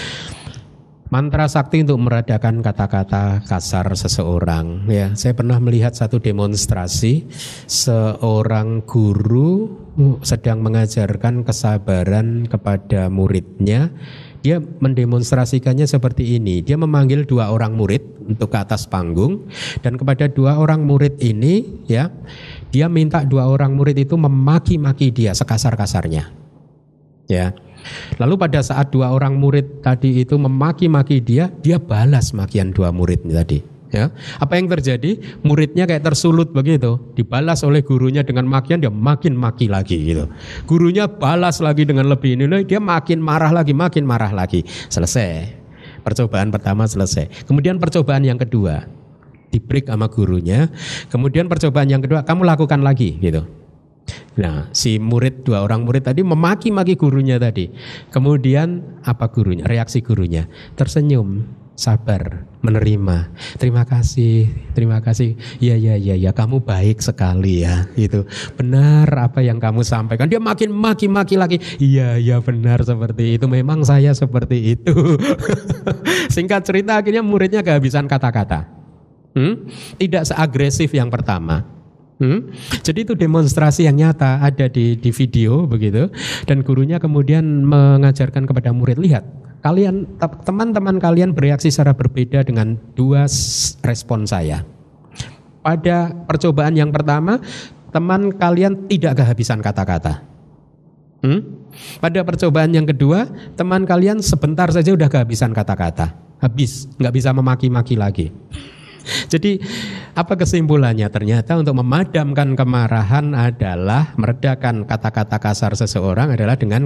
Mantra sakti untuk meredakan kata-kata kasar seseorang. Ya, saya pernah melihat satu demonstrasi seorang guru sedang mengajarkan kesabaran kepada muridnya. Dia mendemonstrasikannya seperti ini. Dia memanggil dua orang murid untuk ke atas panggung, dan kepada dua orang murid ini, ya, dia minta dua orang murid itu memaki-maki dia sekasar-kasarnya. Ya. Lalu pada saat dua orang murid tadi itu memaki-maki dia, dia balas makian dua murid tadi. Ya, apa yang terjadi? Muridnya kayak tersulut begitu, dibalas oleh gurunya dengan makian, dia makin maki lagi gitu. Gurunya balas lagi dengan lebih ini, dia makin marah lagi, makin marah lagi. Selesai. Percobaan pertama selesai. Kemudian percobaan yang kedua, di-break sama gurunya. Kemudian percobaan yang kedua, kamu lakukan lagi gitu. Nah, si murid, dua orang murid tadi memaki-maki gurunya tadi. Kemudian apa gurunya? Reaksi gurunya tersenyum, sabar, menerima. Terima kasih, terima kasih. Ya, ya, ya, ya, kamu baik sekali ya. Itu benar apa yang kamu sampaikan. Dia makin maki-maki lagi. Iya, ya, benar seperti itu. Memang saya seperti itu. Singkat cerita, akhirnya muridnya kehabisan kata-kata. Hmm? Tidak seagresif yang pertama. Hmm? Jadi itu demonstrasi yang nyata ada di, di video begitu, dan gurunya kemudian mengajarkan kepada murid, lihat kalian, teman-teman kalian bereaksi secara berbeda dengan dua respon saya. Pada percobaan yang pertama, teman kalian tidak kehabisan kata-kata. Hmm? Pada percobaan yang kedua, teman kalian sebentar saja udah kehabisan kata-kata, habis, nggak bisa memaki-maki lagi. Jadi apa kesimpulannya? Ternyata untuk memadamkan kemarahan adalah meredakan kata-kata kasar seseorang adalah dengan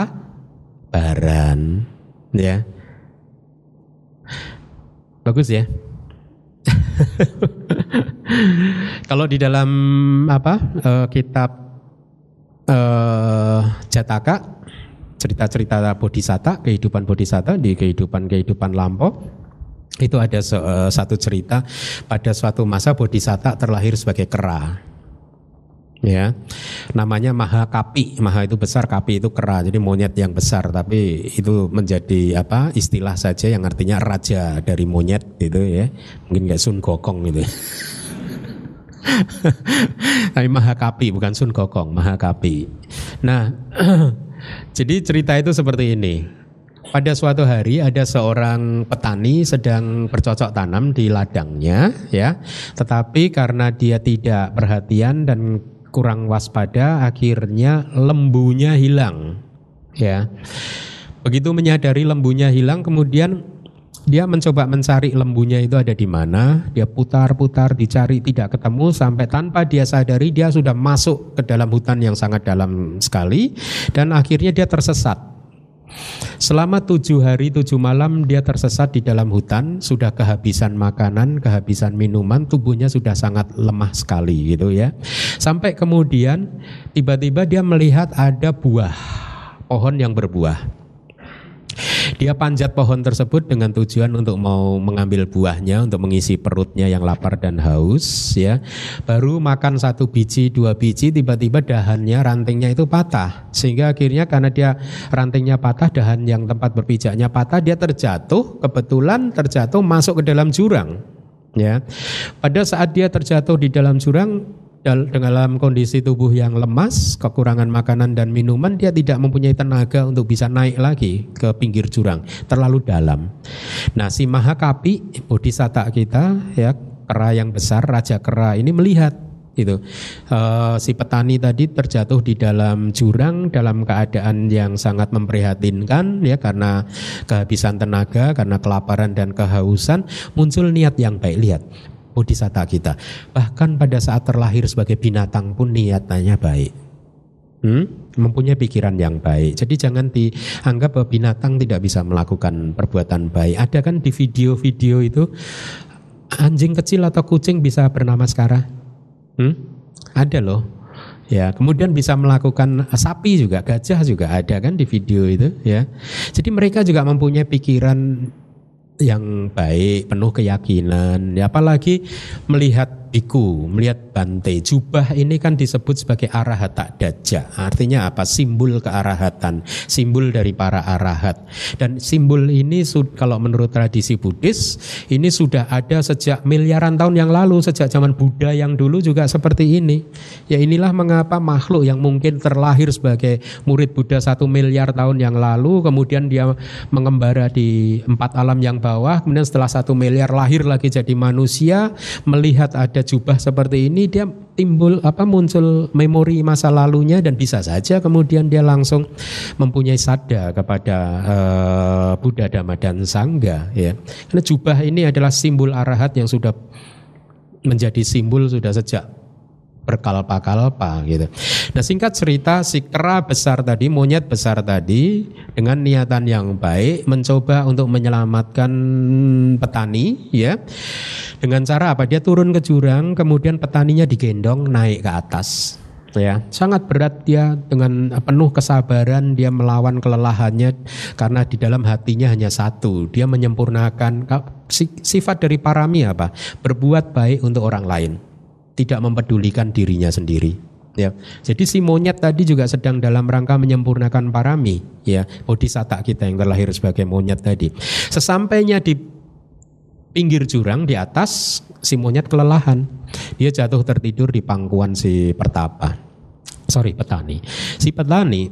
kesabaran, ya. Bagus ya. Kalau di dalam apa uh, kitab uh, Jataka, cerita-cerita Bodhisatta, kehidupan Bodhisatta di kehidupan-kehidupan lampau, itu ada uh, satu cerita pada suatu masa Bodhisatta terlahir sebagai kera, ya, namanya Mahakapi. Maha itu besar, Kapi itu kera, jadi monyet yang besar, tapi itu menjadi apa istilah saja yang artinya raja dari monyet gitu ya, mungkin kayak Sun Gokong gitu. Tapi Mahakapi bukan Sun Gokong, Mahakapi. Nah, jadi cerita itu seperti ini. Pada suatu hari ada seorang petani sedang bercocok tanam di ladangnya, ya. Tetapi karena dia tidak perhatian dan kurang waspada, akhirnya lembunya hilang, ya. Begitu menyadari lembunya hilang, kemudian dia mencoba mencari lembunya itu ada di mana. Dia putar-putar, dicari, tidak ketemu, sampai tanpa dia sadari dia sudah masuk ke dalam hutan yang sangat dalam sekali, dan akhirnya dia tersesat. Selama tujuh hari tujuh malam dia tersesat di dalam hutan, sudah kehabisan makanan, kehabisan minuman, tubuhnya sudah sangat lemah sekali gitu ya. Sampai kemudian tiba-tiba dia melihat ada buah, pohon yang berbuah. Dia panjat pohon tersebut dengan tujuan untuk mau mengambil buahnya untuk mengisi perutnya yang lapar dan haus, ya. Baru makan satu biji, dua biji, tiba-tiba dahannya, rantingnya itu patah. Sehingga akhirnya karena dia rantingnya patah, dahan yang tempat berpijaknya patah, dia terjatuh, kebetulan terjatuh masuk ke dalam jurang, ya. Pada saat dia terjatuh di dalam jurang, dalam kondisi tubuh yang lemas, kekurangan makanan dan minuman, dia tidak mempunyai tenaga untuk bisa naik lagi ke pinggir jurang, terlalu dalam. Nah, si Mahakapi, Bodhisatta kita, ya, kera yang besar, raja kera ini melihat Itu uh, si petani tadi terjatuh di dalam jurang dalam keadaan yang sangat memprihatinkan ya, karena kehabisan tenaga, karena kelaparan dan kehausan. Muncul niat yang baik. Lihat bodhisatta kita, bahkan pada saat terlahir sebagai binatang pun niatnya baik. Hmm? Mempunyai pikiran yang baik. Jadi jangan dianggap bahwa binatang tidak bisa melakukan perbuatan baik. Ada kan di video-video itu anjing kecil atau kucing bisa bernamaskara. Hmm? Ada loh. Ya, kemudian bisa melakukan sapi juga, gajah juga ada kan di video itu ya. Jadi mereka juga mempunyai pikiran yang baik, penuh keyakinan. Ya, apalagi melihat biku, melihat Bante. Jubah ini kan disebut sebagai arahata daja. Artinya apa? Simbol kearahatan, simbol dari para arahat. Dan simbol ini kalau menurut tradisi Buddhis ini sudah ada sejak miliaran tahun yang lalu, sejak zaman Buddha yang dulu juga seperti ini. Ya, inilah mengapa makhluk yang mungkin terlahir sebagai murid Buddha satu miliar tahun yang lalu, kemudian dia mengembara di empat alam yang bawah, kemudian setelah satu miliar lahir lagi jadi manusia, melihat ada jubah seperti ini, dia timbul apa muncul memori masa lalunya, dan bisa saja kemudian dia langsung mempunyai sadda kepada uh, Buddha, Dhamma dan Sangha ya. Karena jubah ini adalah simbol arahat yang sudah menjadi simbol sudah sejak berkalpa-kalpa gitu. Nah, singkat cerita, si kera besar tadi, monyet besar tadi dengan niatan yang baik mencoba untuk menyelamatkan petani ya. Dengan cara apa? Dia turun ke jurang, kemudian petaninya digendong naik ke atas. Ya, sangat berat dia, dengan penuh kesabaran dia melawan kelelahannya karena di dalam hatinya hanya satu, dia menyempurnakan sifat dari parami apa? Berbuat baik untuk orang lain, tidak mempedulikan dirinya sendiri. Ya, jadi si monyet tadi juga sedang dalam rangka menyempurnakan parami, ya, bodhisatta kita yang terlahir sebagai monyet tadi. Sesampainya di pinggir jurang di atas, si monyet kelelahan. Dia jatuh tertidur di pangkuan si pertapa. Sorry, petani. Si petani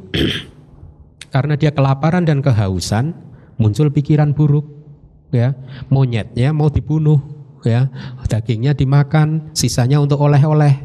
karena dia kelaparan dan kehausan, muncul pikiran buruk. Ya, monyetnya mau dibunuh. Ya, dagingnya dimakan, sisanya untuk oleh-oleh.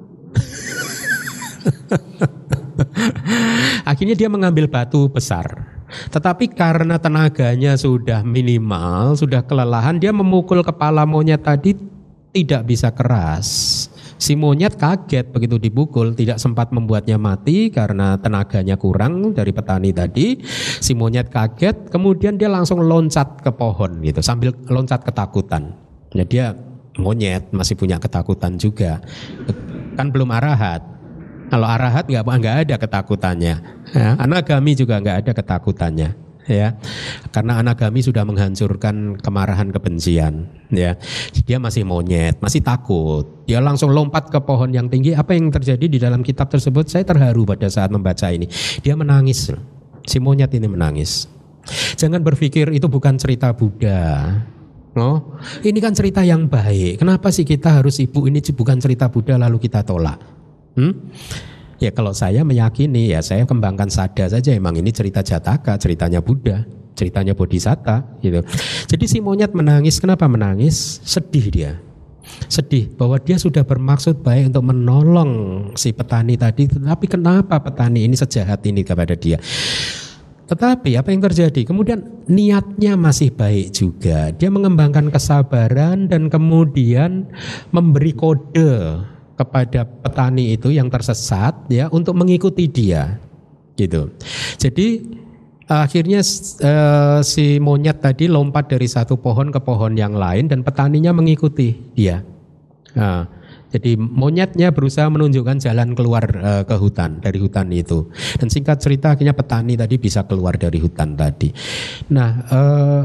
Akhirnya dia mengambil batu besar. Tetapi karena tenaganya sudah minimal, sudah kelelahan, dia memukul kepala monyet tadi tidak bisa keras. Si monyet kaget begitu dipukul, tidak sempat membuatnya mati karena tenaganya kurang dari petani tadi. Si monyet kaget, kemudian dia langsung loncat ke pohon gitu, sambil loncat ketakutan. Ya, dia monyet masih punya ketakutan juga, kan belum arahat. Kalau arahat nggak nggak ada ketakutannya, ya, anagami juga nggak ada ketakutannya, ya, karena anagami sudah menghancurkan kemarahan kebencian, ya. Dia masih monyet, masih takut, dia langsung lompat ke pohon yang tinggi. Apa yang terjadi di dalam kitab tersebut? Saya terharu pada saat membaca ini. Dia menangis, si monyet ini menangis. Jangan berpikir itu bukan cerita Buddha. Oh, ini kan cerita yang baik. Kenapa sih kita harus ibu ini bukan cerita Buddha lalu kita tolak? Hmm? Ya, kalau saya meyakini, ya saya kembangkan sadda saja. Emang ini cerita Jataka, ceritanya Buddha, ceritanya Bodhisatta gitu. Jadi si monyet menangis. Kenapa menangis? Sedih dia. Sedih bahwa dia sudah bermaksud baik untuk menolong si petani tadi, tetapi kenapa petani ini sejahat ini kepada dia? Tetapi apa yang terjadi? Kemudian niatnya masih baik juga. Dia mengembangkan kesabaran dan kemudian memberi kode kepada petani itu yang tersesat ya untuk mengikuti dia gitu. Jadi akhirnya uh, si monyet tadi lompat dari satu pohon ke pohon yang lain dan petaninya mengikuti dia. Nah, jadi monyetnya berusaha menunjukkan jalan keluar uh, ke hutan, dari hutan itu. Dan singkat cerita akhirnya petani tadi bisa keluar dari hutan tadi. Nah, uh,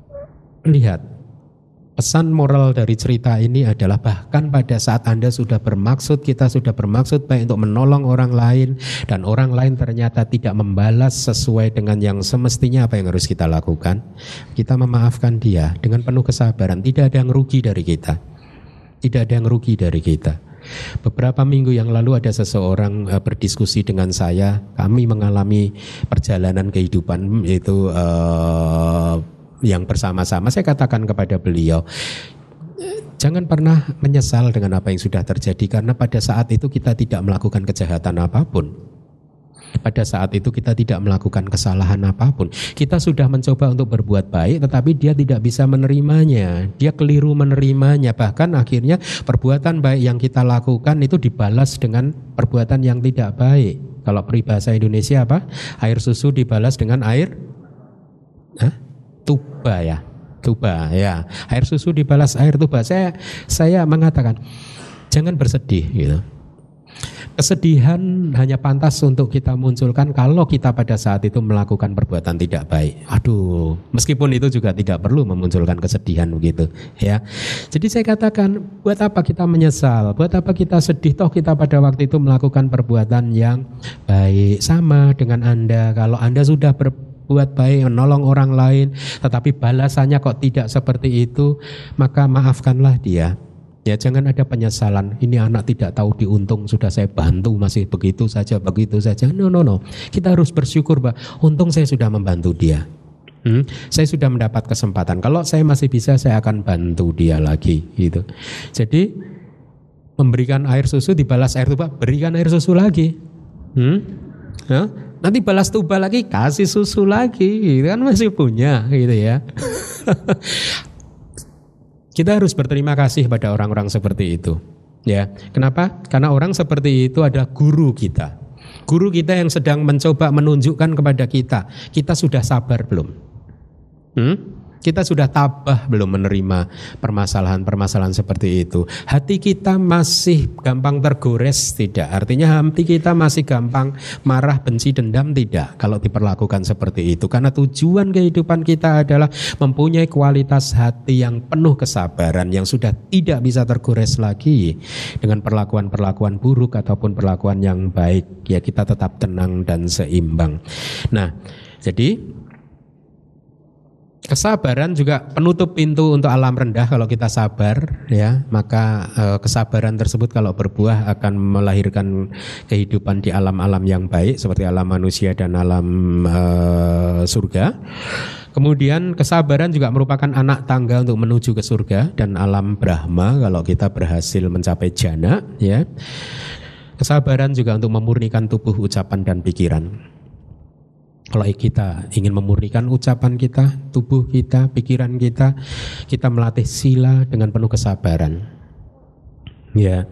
lihat. Pesan moral dari cerita ini adalah bahkan pada saat Anda sudah bermaksud, kita sudah bermaksud baik untuk menolong orang lain, dan orang lain ternyata tidak membalas sesuai dengan yang semestinya, apa yang harus kita lakukan? Kita memaafkan dia dengan penuh kesabaran. Tidak ada yang rugi dari kita. Tidak ada yang rugi dari kita. Beberapa minggu yang lalu ada seseorang uh, berdiskusi dengan saya. Kami mengalami perjalanan kehidupan itu uh, yang bersama-sama. Saya katakan kepada beliau, Jangan pernah menyesal dengan apa yang sudah terjadi, karena pada saat itu kita tidak melakukan kejahatan apapun. Pada saat itu kita tidak melakukan kesalahan apapun. Kita sudah mencoba untuk berbuat baik, tetapi dia tidak bisa menerimanya. Dia keliru menerimanya. Bahkan akhirnya perbuatan baik yang kita lakukan itu dibalas dengan perbuatan yang tidak baik. Kalau peribahasa Indonesia apa? Air susu dibalas dengan air Hah? tuba ya. Tuba ya, air susu dibalas air tuba. Saya saya mengatakan jangan bersedih gitu. Kesedihan hanya pantas untuk kita munculkan kalau kita pada saat itu melakukan perbuatan tidak baik. Aduh, meskipun itu juga tidak perlu memunculkan kesedihan begitu ya. Jadi saya katakan, buat apa kita menyesal? Buat apa kita sedih? Toh kita pada waktu itu melakukan perbuatan yang baik. Sama dengan Anda, kalau Anda sudah ber buat baik, menolong orang lain, tetapi balasannya kok tidak seperti itu, maka maafkanlah dia. Ya, jangan ada penyesalan. Ini anak tidak tahu diuntung, sudah saya bantu masih begitu saja, begitu saja. No, no, no. Kita harus bersyukur, Pak. Untung saya sudah membantu dia. Hmm, saya sudah mendapat kesempatan. Kalau saya masih bisa, saya akan bantu dia lagi. Gitu. Jadi memberikan air susu dibalas air tuba, berikan air susu lagi. Hmm? Ya? Nanti balas tuba lagi, kasih susu lagi, gitu kan masih punya gitu ya. Kita harus berterima kasih pada orang-orang seperti itu. Ya, kenapa? Karena orang seperti itu adalah guru kita. Guru kita yang sedang mencoba menunjukkan kepada kita, kita sudah sabar belum? Hmm? Kita sudah tabah belum menerima permasalahan-permasalahan seperti itu? Hati kita masih gampang tergores? Tidak. Artinya hati kita masih gampang marah, benci, dendam? Tidak. Kalau diperlakukan seperti itu. Karena tujuan kehidupan kita adalah mempunyai kualitas hati yang penuh kesabaran, yang sudah tidak bisa tergores lagi dengan perlakuan-perlakuan buruk ataupun perlakuan yang baik. Ya, kita tetap tenang dan seimbang. Nah, jadi kesabaran juga penutup pintu untuk alam rendah. Kalau kita sabar, ya, maka e, kesabaran tersebut kalau berbuah akan melahirkan kehidupan di alam-alam yang baik seperti alam manusia dan alam e, surga. Kemudian kesabaran juga merupakan anak tangga untuk menuju ke surga dan alam Brahma kalau kita berhasil mencapai jana, ya. Kesabaran juga untuk memurnikan tubuh, ucapan dan pikiran. Kalau kita ingin memurnikan ucapan kita, tubuh kita, pikiran kita, kita melatih sila dengan penuh kesabaran. Ya,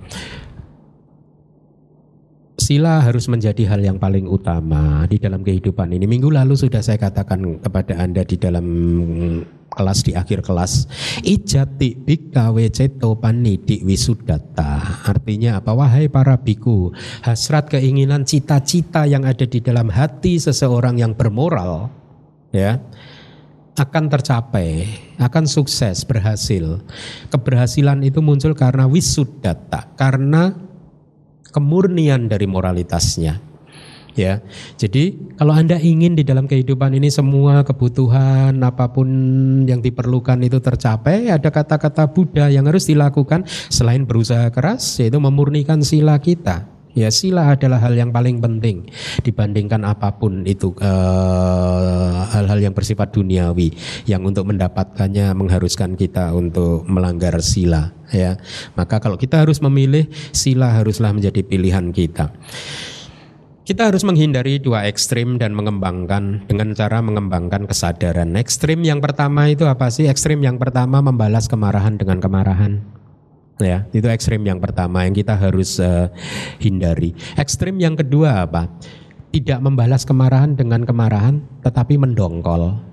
sila harus menjadi hal yang paling utama di dalam kehidupan ini. Minggu lalu sudah saya katakan kepada Anda di dalam kelas, di akhir kelas, ijati bikawe ceto panidi wisudata. Artinya apa? Wahai para biku, hasrat, keinginan, cita-cita yang ada di dalam hati seseorang yang bermoral, ya, akan tercapai, akan sukses, berhasil. Keberhasilan itu muncul karena wisudata, karena kemurnian dari moralitasnya. Ya, jadi kalau Anda ingin di dalam kehidupan ini semua kebutuhan apapun yang diperlukan itu tercapai, ada kata-kata Buddha yang harus dilakukan selain berusaha keras, yaitu memurnikan sila kita. Ya, sila adalah hal yang paling penting dibandingkan apapun itu, eh, hal-hal yang bersifat duniawi yang untuk mendapatkannya mengharuskan kita untuk melanggar sila. Ya, maka kalau kita harus memilih, sila haruslah menjadi pilihan kita. Kita harus menghindari dua ekstrim dan mengembangkan dengan cara mengembangkan kesadaran. Ekstrim yang pertama itu apa sih? Ekstrim yang pertama membalas kemarahan dengan kemarahan. Ya, itu ekstrim yang pertama yang kita harus uh, hindari. Ekstrim yang kedua apa? Tidak membalas kemarahan dengan kemarahan, tetapi mendongkol.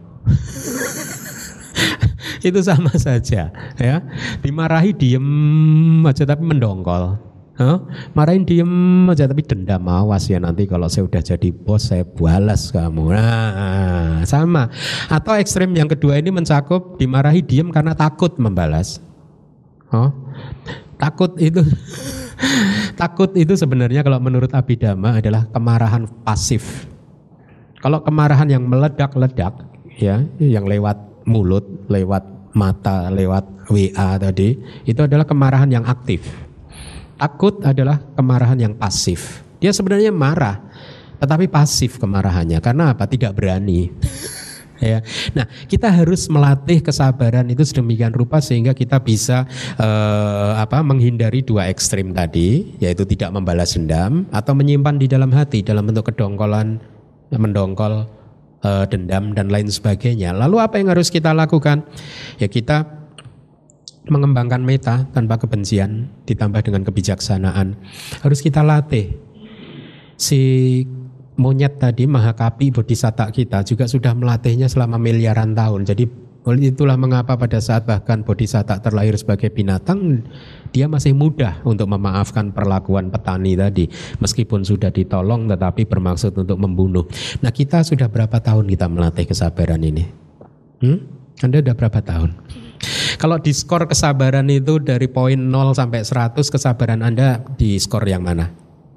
Itu sama saja, ya. Dimarahi diem aja tapi mendongkol. Huh? Marahin diem aja tapi dendam, awas ya nanti kalau saya udah jadi bos saya balas kamu. Nah, sama. Atau ekstrem yang kedua ini mencakup dimarahi diem karena takut membalas. Oh, takut itu takut itu sebenarnya kalau menurut Abhidhamma adalah kemarahan pasif. Kalau kemarahan yang meledak-ledak, ya, yang lewat mulut, lewat mata, lewat W A tadi, itu adalah kemarahan yang aktif. Takut adalah kemarahan yang pasif. Dia sebenarnya marah, tetapi pasif kemarahannya. Karena apa? Tidak berani. Ya. Nah, kita harus melatih kesabaran itu sedemikian rupa sehingga kita bisa eh, apa menghindari dua ekstrim tadi, yaitu tidak membalas dendam atau menyimpan di dalam hati dalam bentuk kedongkolan, mendongkol eh, dendam dan lain sebagainya. Lalu apa yang harus kita lakukan? Ya kita mengembangkan meta tanpa kebencian ditambah dengan kebijaksanaan. Harus kita latih. Si monyet tadi Mahakapi Bodhisatta kita juga sudah melatihnya selama miliaran tahun. Jadi itulah mengapa pada saat bahkan Bodhisatta terlahir sebagai binatang, dia masih mudah untuk memaafkan perlakuan petani tadi. Meskipun sudah ditolong tetapi bermaksud untuk membunuh. Nah, kita sudah berapa tahun kita melatih kesabaran ini? Hmm? Anda sudah berapa tahun? Kalau di skor kesabaran itu dari poin nol sampai seratus, kesabaran Anda di skor yang mana?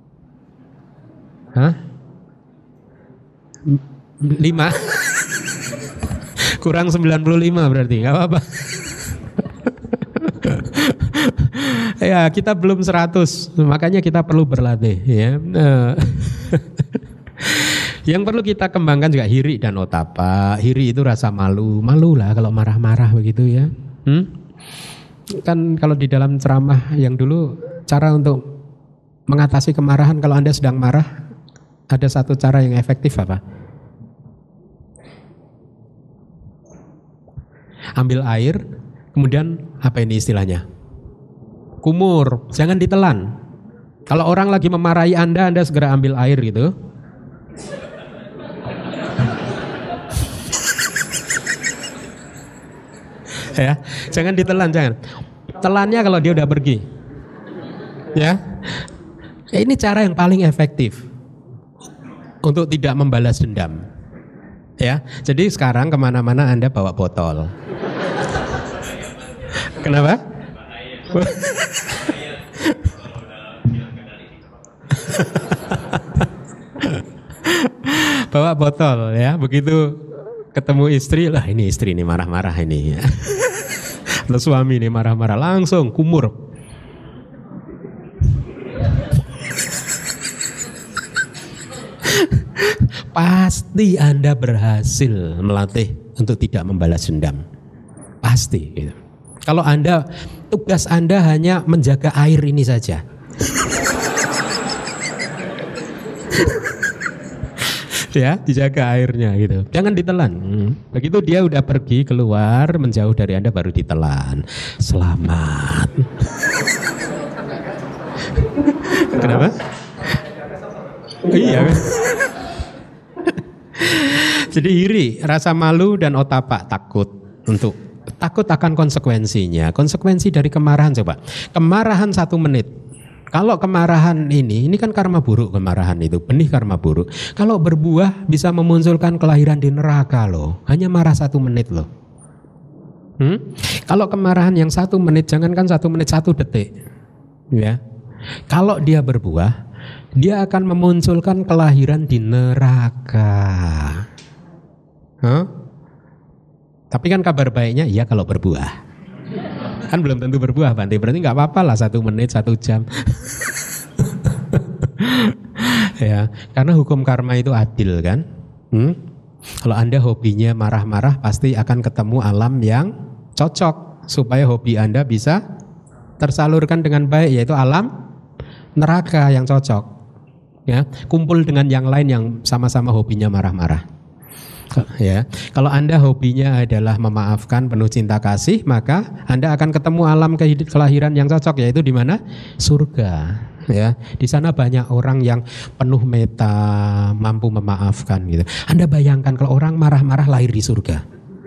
Hah? lima kurang sembilan puluh lima berarti nggak apa-apa. Ya kita belum seratus, makanya kita perlu berlatih ya. Nah, yang perlu kita kembangkan juga hiri dan otapa. Hiri itu rasa malu, malu lah kalau marah-marah begitu ya. Hmm? Kan kalau di dalam ceramah yang dulu cara untuk mengatasi kemarahan kalau Anda sedang marah, ada satu cara yang efektif apa? Ambil air, kemudian apa ini istilahnya? Kumur, jangan ditelan. Kalau orang lagi memarahi Anda, Anda segera ambil air gitu. Ya, jangan ditelan, jangan. Telannya kalau dia udah pergi. Ya, ini cara yang paling efektif untuk tidak membalas dendam. Ya, jadi sekarang kemana-mana Anda bawa botol. Kenapa? Bawa botol ya, begitu ketemu istri lah, ini istri ini marah-marah ini. Atau suami ini marah-marah, langsung kumur. Pasti Anda berhasil melatih untuk tidak membalas dendam. Pasti gitu. Kalau Anda, tugas Anda hanya menjaga air ini saja. Ya, dijaga airnya gitu. Jangan ditelan. Begitu dia udah pergi keluar menjauh dari Anda baru ditelan. Selamat. Kenapa? Iya. Jadi iri, rasa malu dan otapa, takut untuk takut akan konsekuensinya. Konsekuensi dari kemarahan coba. Kemarahan satu menit. Kalau kemarahan ini, ini kan karma buruk kemarahan itu, benih karma buruk. Kalau berbuah bisa memunculkan kelahiran di neraka loh. Hanya marah satu menit loh. Hmm? Kalau kemarahan yang satu menit, jangankan satu menit, satu detik. Ya. Kalau dia berbuah, dia akan memunculkan kelahiran di neraka. Huh? Tapi kan kabar baiknya, iya kalau berbuah. Kan belum tentu berbuah, Bante. Berarti nggak apa-apa lah satu menit, satu jam. Ya, karena hukum karma itu adil kan. Hmm? Kalau Anda hobinya marah-marah, pasti akan ketemu alam yang cocok supaya hobi Anda bisa tersalurkan dengan baik, yaitu alam neraka yang cocok. Ya, kumpul dengan yang lain yang sama-sama hobinya marah-marah. Ya, kalau Anda hobinya adalah memaafkan, penuh cinta kasih, maka Anda akan ketemu alam kelahiran yang cocok, yaitu di mana? Surga. Ya, di sana banyak orang yang penuh meta, mampu memaafkan gitu. Anda bayangkan kalau orang marah-marah lahir di surga.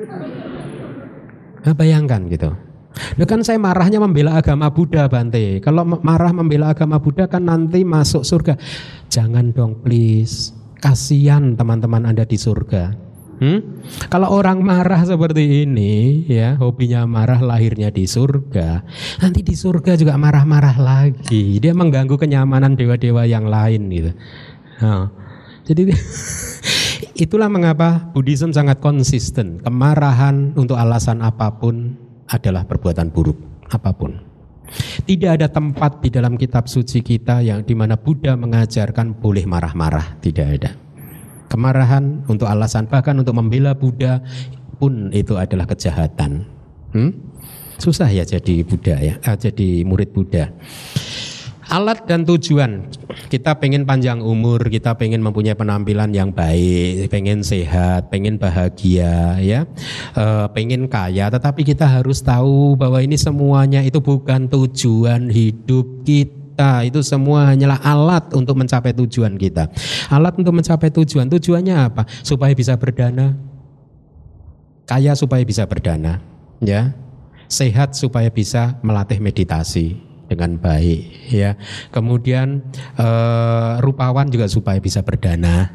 Nah, bayangkan gitu. Nah, kan saya marahnya membela agama Buddha, Bante. Kalau marah membela agama Buddha kan nanti masuk surga. Jangan dong please. Kasihan teman-teman Anda di surga. Hmm? Kalau orang marah seperti ini, ya hobinya marah, lahirnya di surga, nanti di surga juga marah-marah lagi. Dia mengganggu kenyamanan dewa-dewa yang lain gitu. Nah, jadi itulah mengapa Buddhism sangat konsisten. Kemarahan untuk alasan apapun adalah perbuatan buruk, apapun. Tidak ada tempat di dalam kitab suci kita yang dimana Buddha mengajarkan boleh marah-marah, tidak ada. Kemarahan untuk alasan, bahkan untuk membela Buddha pun itu adalah kejahatan. Hmm? Susah ya jadi Buddha ya, ah, jadi murid Buddha. Alat dan tujuan, kita pengen panjang umur, kita pengen mempunyai penampilan yang baik, pengen sehat, pengen bahagia, ya, e, pengen kaya. Tetapi kita harus tahu bahwa ini semuanya itu bukan tujuan hidup kita. Itu semua hanyalah alat untuk mencapai tujuan kita. Alat untuk mencapai tujuan. Tujuannya apa? Supaya bisa berdana, kaya supaya bisa berdana, ya, sehat supaya bisa melatih meditasi dengan baik, ya. Kemudian uh, rupawan juga supaya bisa berdana.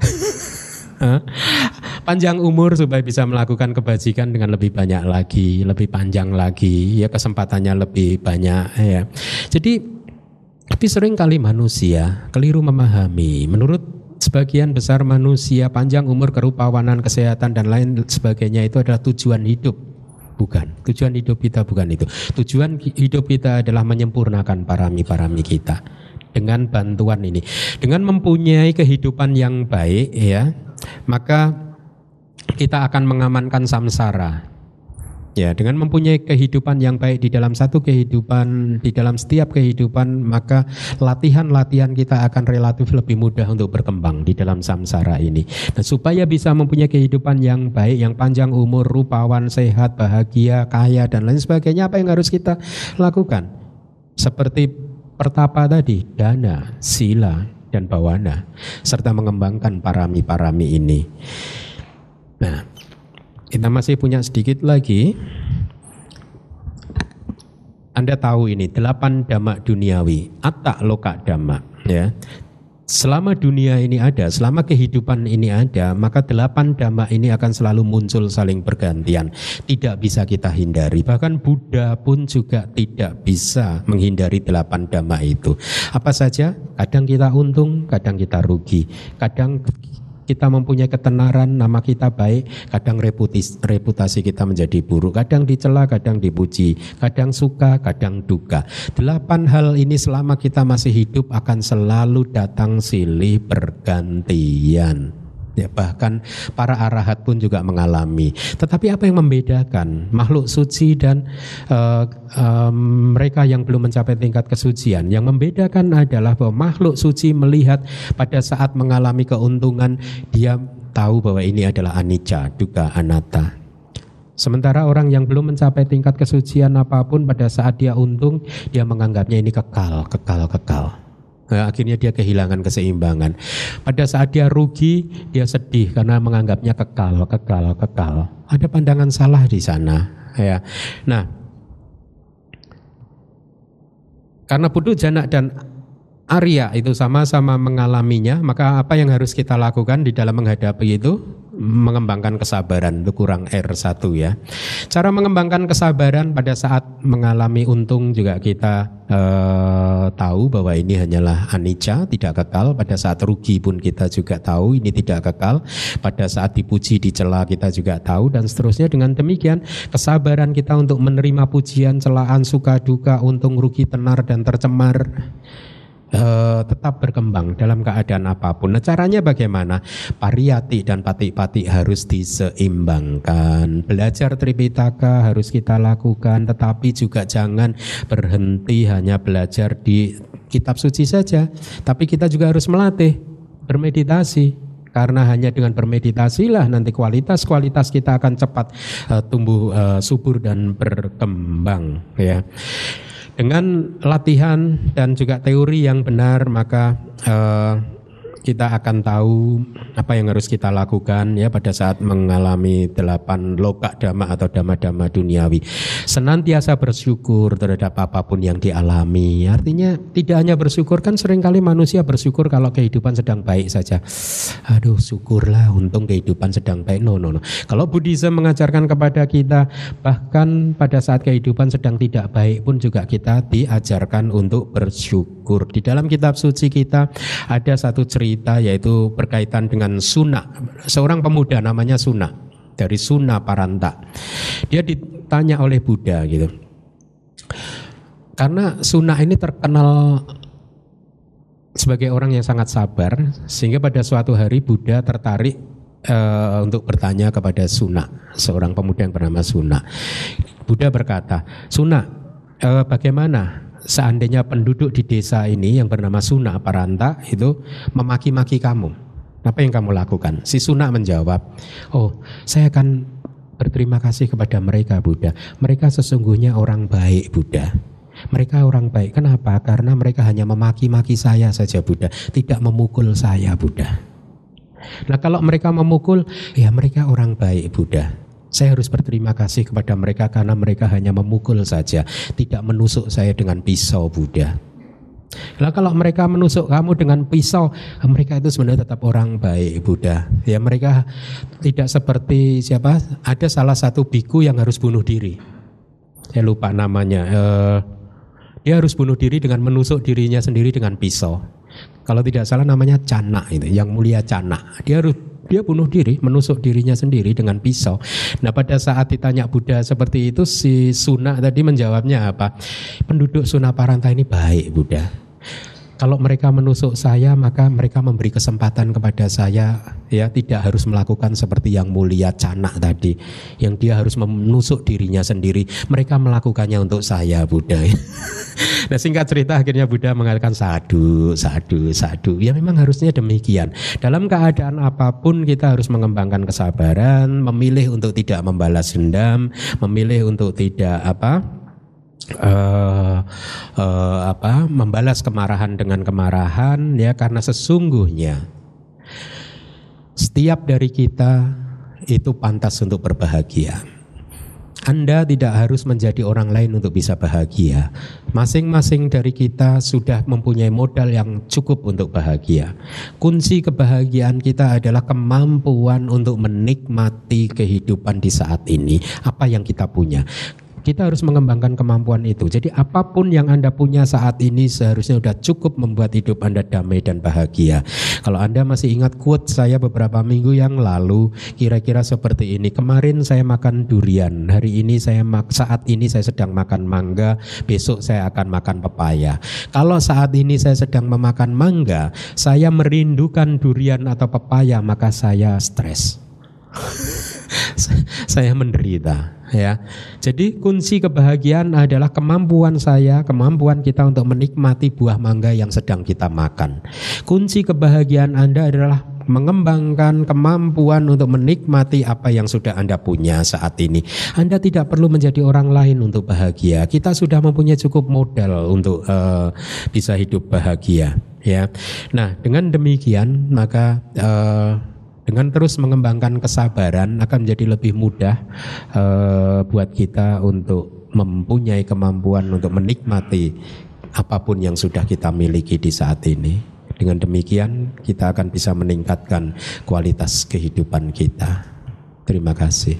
Panjang umur supaya bisa melakukan kebajikan dengan lebih banyak lagi, lebih panjang lagi, ya, kesempatannya lebih banyak, ya. Jadi, tapi sering kali manusia keliru memahami. Menurut sebagian besar manusia, panjang umur, kerupawanan, kesehatan dan lain sebagainya itu adalah tujuan hidup. Bukan, tujuan hidup kita bukan itu. Tujuan hidup kita adalah menyempurnakan parami-parami kita. Dengan bantuan ini, dengan mempunyai kehidupan yang baik, ya, maka kita akan mengamankan samsara. Ya, dengan mempunyai kehidupan yang baik di dalam satu kehidupan, di dalam setiap kehidupan, maka latihan-latihan kita akan relatif lebih mudah untuk berkembang di dalam samsara ini. Nah, supaya bisa mempunyai kehidupan yang baik, yang panjang umur, rupawan, sehat, bahagia, kaya, dan lain sebagainya, apa yang harus kita lakukan? Seperti pertapa tadi, dana, sila, dan bawana, serta mengembangkan parami-parami ini. Nah, kita masih punya sedikit lagi. Anda tahu ini delapan dhamma duniawi, atta loka dhamma, ya. Selama dunia ini ada, selama kehidupan ini ada, maka delapan dhamma ini akan selalu muncul saling bergantian. Tidak bisa kita hindari. Bahkan Buddha pun juga tidak bisa menghindari delapan dhamma itu. Apa saja? Kadang kita untung, kadang kita rugi. Kadang kita mempunyai ketenaran, nama kita baik, kadang reputis, reputasi kita menjadi buruk, kadang dicela, kadang dipuji, kadang suka, kadang duka. Delapan hal ini selama kita masih hidup akan selalu datang silih bergantian. Ya, bahkan para arahat pun juga mengalami. Tetapi apa yang membedakan makhluk suci dan uh, um, mereka yang belum mencapai tingkat kesucian? Yang membedakan adalah bahwa makhluk suci melihat pada saat mengalami keuntungan, dia tahu bahwa ini adalah anicca, dukkha, anatta. Sementara orang yang belum mencapai tingkat kesucian apapun, pada saat dia untung, dia menganggapnya ini kekal, kekal, kekal. Nah, akhirnya dia kehilangan keseimbangan. Pada saat dia rugi, dia sedih karena menganggapnya kekal, kekal, kekal. Ada pandangan salah di sana, ya. Nah, karena Putu Jana dan Arya itu sama-sama mengalaminya, maka apa yang harus kita lakukan di dalam menghadapi itu? Mengembangkan kesabaran, itu kurang R satu, ya. Cara mengembangkan kesabaran pada saat mengalami untung juga kita eh, tahu bahwa ini hanyalah anicca, tidak kekal. Pada saat rugi pun kita juga tahu ini tidak kekal. Pada saat dipuji, dicela kita juga tahu, dan seterusnya. Dengan demikian kesabaran kita untuk menerima pujian, celaan, suka, duka, untung, rugi, tenar, dan tercemar Uh, tetap berkembang dalam keadaan apapun. Nah, caranya bagaimana? Pariyati dan pati-pati harus diseimbangkan. Belajar Tripitaka harus kita lakukan, tetapi juga jangan berhenti hanya belajar di kitab suci saja. Tapi kita juga harus melatih bermeditasi. Karena hanya dengan bermeditasilah nanti kualitas-kualitas kita akan cepat uh, tumbuh uh, subur dan berkembang, ya. Dengan latihan dan juga teori yang benar, maka uh, kita akan tahu apa yang harus kita lakukan, ya, pada saat mengalami delapan loka dhamma atau dhamma-dhamma duniawi. Senantiasa bersyukur terhadap apapun yang dialami. Artinya tidak hanya bersyukur, kan seringkali manusia bersyukur kalau kehidupan sedang baik saja. Aduh, syukurlah untung kehidupan sedang baik. No, no, no. Kalau Buddhisme mengajarkan kepada kita, bahkan pada saat kehidupan sedang tidak baik pun juga kita diajarkan untuk bersyukur. Di dalam kitab suci kita ada satu cerita, yaitu berkaitan dengan Suna, seorang pemuda namanya Suna, dari Suna Paranta. Dia ditanya oleh Buddha gitu, karena Suna ini terkenal sebagai orang yang sangat sabar, sehingga pada suatu hari Buddha tertarik uh, untuk bertanya kepada Suna, seorang pemuda yang bernama Suna. Buddha berkata, Suna, uh, bagaimana seandainya penduduk di desa ini yang bernama Suna Paranta itu memaki-maki kamu? Apa yang kamu lakukan? Si Suna menjawab, oh, saya akan berterima kasih kepada mereka, Buddha. Mereka sesungguhnya orang baik, Buddha. Mereka orang baik. Kenapa? Karena mereka hanya memaki-maki saya saja, Buddha. Tidak memukul saya, Buddha. Nah, kalau mereka memukul, ya mereka orang baik, Buddha. Saya harus berterima kasih kepada mereka karena mereka hanya memukul saja, tidak menusuk saya dengan pisau, Buddha. Nah, kalau mereka menusuk kamu dengan pisau, mereka itu sebenarnya tetap orang baik, Buddha. Ya, mereka tidak seperti siapa? Ada salah satu biku yang harus bunuh diri. Saya lupa namanya. Uh, Dia harus bunuh diri dengan menusuk dirinya sendiri dengan pisau. Kalau tidak salah namanya Cana itu, yang mulia Cana. Dia harus dia bunuh diri, menusuk dirinya sendiri dengan pisau. Nah, pada saat ditanya Buddha seperti itu, si Suna tadi menjawabnya apa? Penduduk Suna Paranta ini baik, Buddha. Kalau mereka menusuk saya, maka mereka memberi kesempatan kepada saya, ya, tidak harus melakukan seperti yang mulia Cana tadi, yang dia harus menusuk dirinya sendiri. Mereka melakukannya untuk saya, Buddha. Nah, singkat cerita akhirnya Buddha mengatakan sadu, sadu, sadu. Ya, memang harusnya demikian. Dalam keadaan apapun kita harus mengembangkan kesabaran, memilih untuk tidak membalas dendam, memilih untuk tidak apa? Uh, uh, apa membalas kemarahan dengan kemarahan, ya, karena sesungguhnya setiap dari kita itu pantas untuk berbahagia. Anda tidak harus menjadi orang lain untuk bisa bahagia. Masing-masing dari kita sudah mempunyai modal yang cukup untuk bahagia. Kunci kebahagiaan kita adalah kemampuan untuk menikmati kehidupan di saat ini, apa yang kita punya. Kita harus mengembangkan kemampuan itu. Jadi apapun yang Anda punya saat ini seharusnya sudah cukup membuat hidup Anda damai dan bahagia. Kalau Anda masih ingat quote saya beberapa minggu yang lalu, kira-kira seperti ini. Kemarin saya makan durian, hari ini saya mak- saat ini saya sedang makan mangga, besok saya akan makan pepaya. Kalau saat ini saya sedang memakan mangga, saya merindukan durian atau pepaya, maka saya stres. Saya menderita, ya. Jadi kunci kebahagiaan adalah kemampuan saya, kemampuan kita untuk menikmati buah mangga yang sedang kita makan. Kunci kebahagiaan Anda adalah mengembangkan kemampuan untuk menikmati apa yang sudah Anda punya saat ini. Anda tidak perlu menjadi orang lain untuk bahagia. Kita sudah mempunyai cukup modal untuk uh, bisa hidup bahagia, ya. Nah, dengan demikian maka uh, dengan terus mengembangkan kesabaran akan menjadi lebih mudah uh, buat kita untuk mempunyai kemampuan untuk menikmati apapun yang sudah kita miliki di saat ini. Dengan demikian kita akan bisa meningkatkan kualitas kehidupan kita. Terima kasih.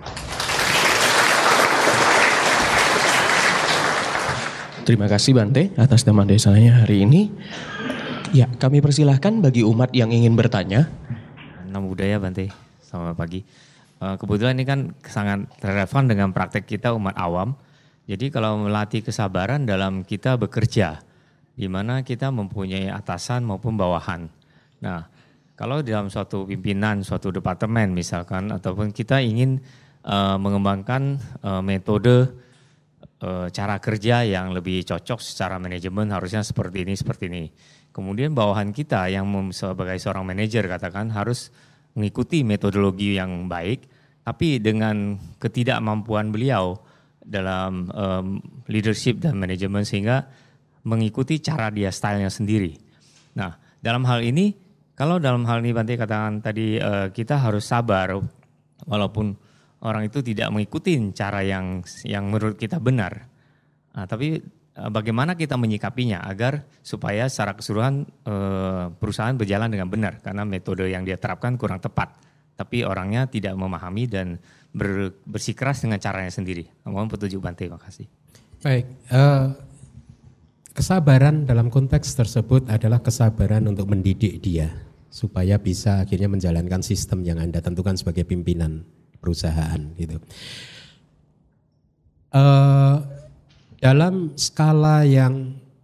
Terima kasih Bante atas tema desanya hari ini. Ya, kami persilahkan bagi umat yang ingin bertanya. Namo Buddhaya Bante, selamat pagi. Kebetulan ini kan sangat relevan dengan praktek kita umat awam. Jadi kalau melatih kesabaran dalam kita bekerja, di mana kita mempunyai atasan maupun bawahan. Nah, kalau dalam suatu pimpinan, suatu departemen misalkan, ataupun kita ingin uh, mengembangkan uh, metode uh, cara kerja yang lebih cocok secara manajemen, harusnya seperti ini, seperti ini. Kemudian bawahan kita yang sebagai seorang manajer katakan harus mengikuti metodologi yang baik, tapi dengan ketidakmampuan beliau dalam um, leadership dan manajemen sehingga mengikuti cara dia stylenya sendiri. Nah, dalam hal ini, kalau dalam hal ini Bante katakan tadi uh, kita harus sabar walaupun orang itu tidak mengikuti cara yang yang menurut kita benar. Nah, tapi bagaimana kita menyikapinya agar supaya secara keseluruhan e, perusahaan berjalan dengan benar, karena metode yang dia terapkan kurang tepat, tapi orangnya tidak memahami dan ber, bersikeras dengan caranya sendiri. Mohon petunjuk Bante, terima kasih. Baik, uh, kesabaran dalam konteks tersebut adalah kesabaran untuk mendidik dia supaya bisa akhirnya menjalankan sistem yang Anda tentukan sebagai pimpinan perusahaan, gitu. Uh, Dalam skala yang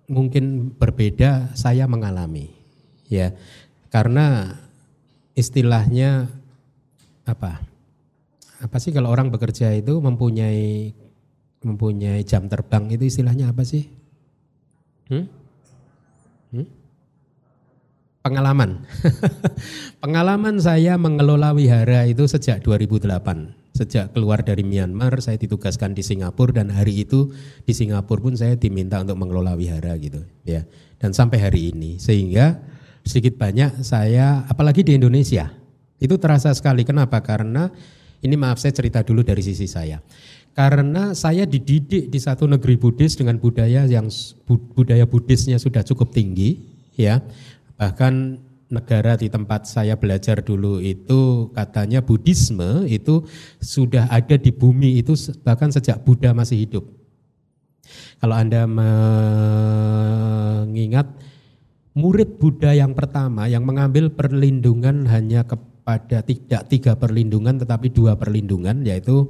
mungkin berbeda, saya mengalami, ya, karena istilahnya apa? Apa sih kalau orang bekerja itu mempunyai mempunyai jam terbang itu istilahnya apa sih? Hmm? Hmm? Pengalaman. Pengalaman saya mengelola wihara itu sejak dua ribu delapan. Sejak keluar dari Myanmar saya ditugaskan di Singapura dan hari itu di Singapura pun saya diminta untuk mengelola wihara gitu, ya. Dan sampai hari ini sehingga sedikit banyak saya apalagi di Indonesia itu terasa sekali. Kenapa? Karena ini maaf saya cerita dulu dari sisi saya. Karena saya dididik di satu negeri Buddhis dengan budaya yang budaya Buddhisnya sudah cukup tinggi, ya. Bahkan negara di tempat saya belajar dulu itu katanya Buddhisme itu sudah ada di bumi itu bahkan sejak Buddha masih hidup. Kalau Anda mengingat murid Buddha yang pertama yang mengambil perlindungan hanya kepada tidak tiga perlindungan tetapi dua perlindungan, yaitu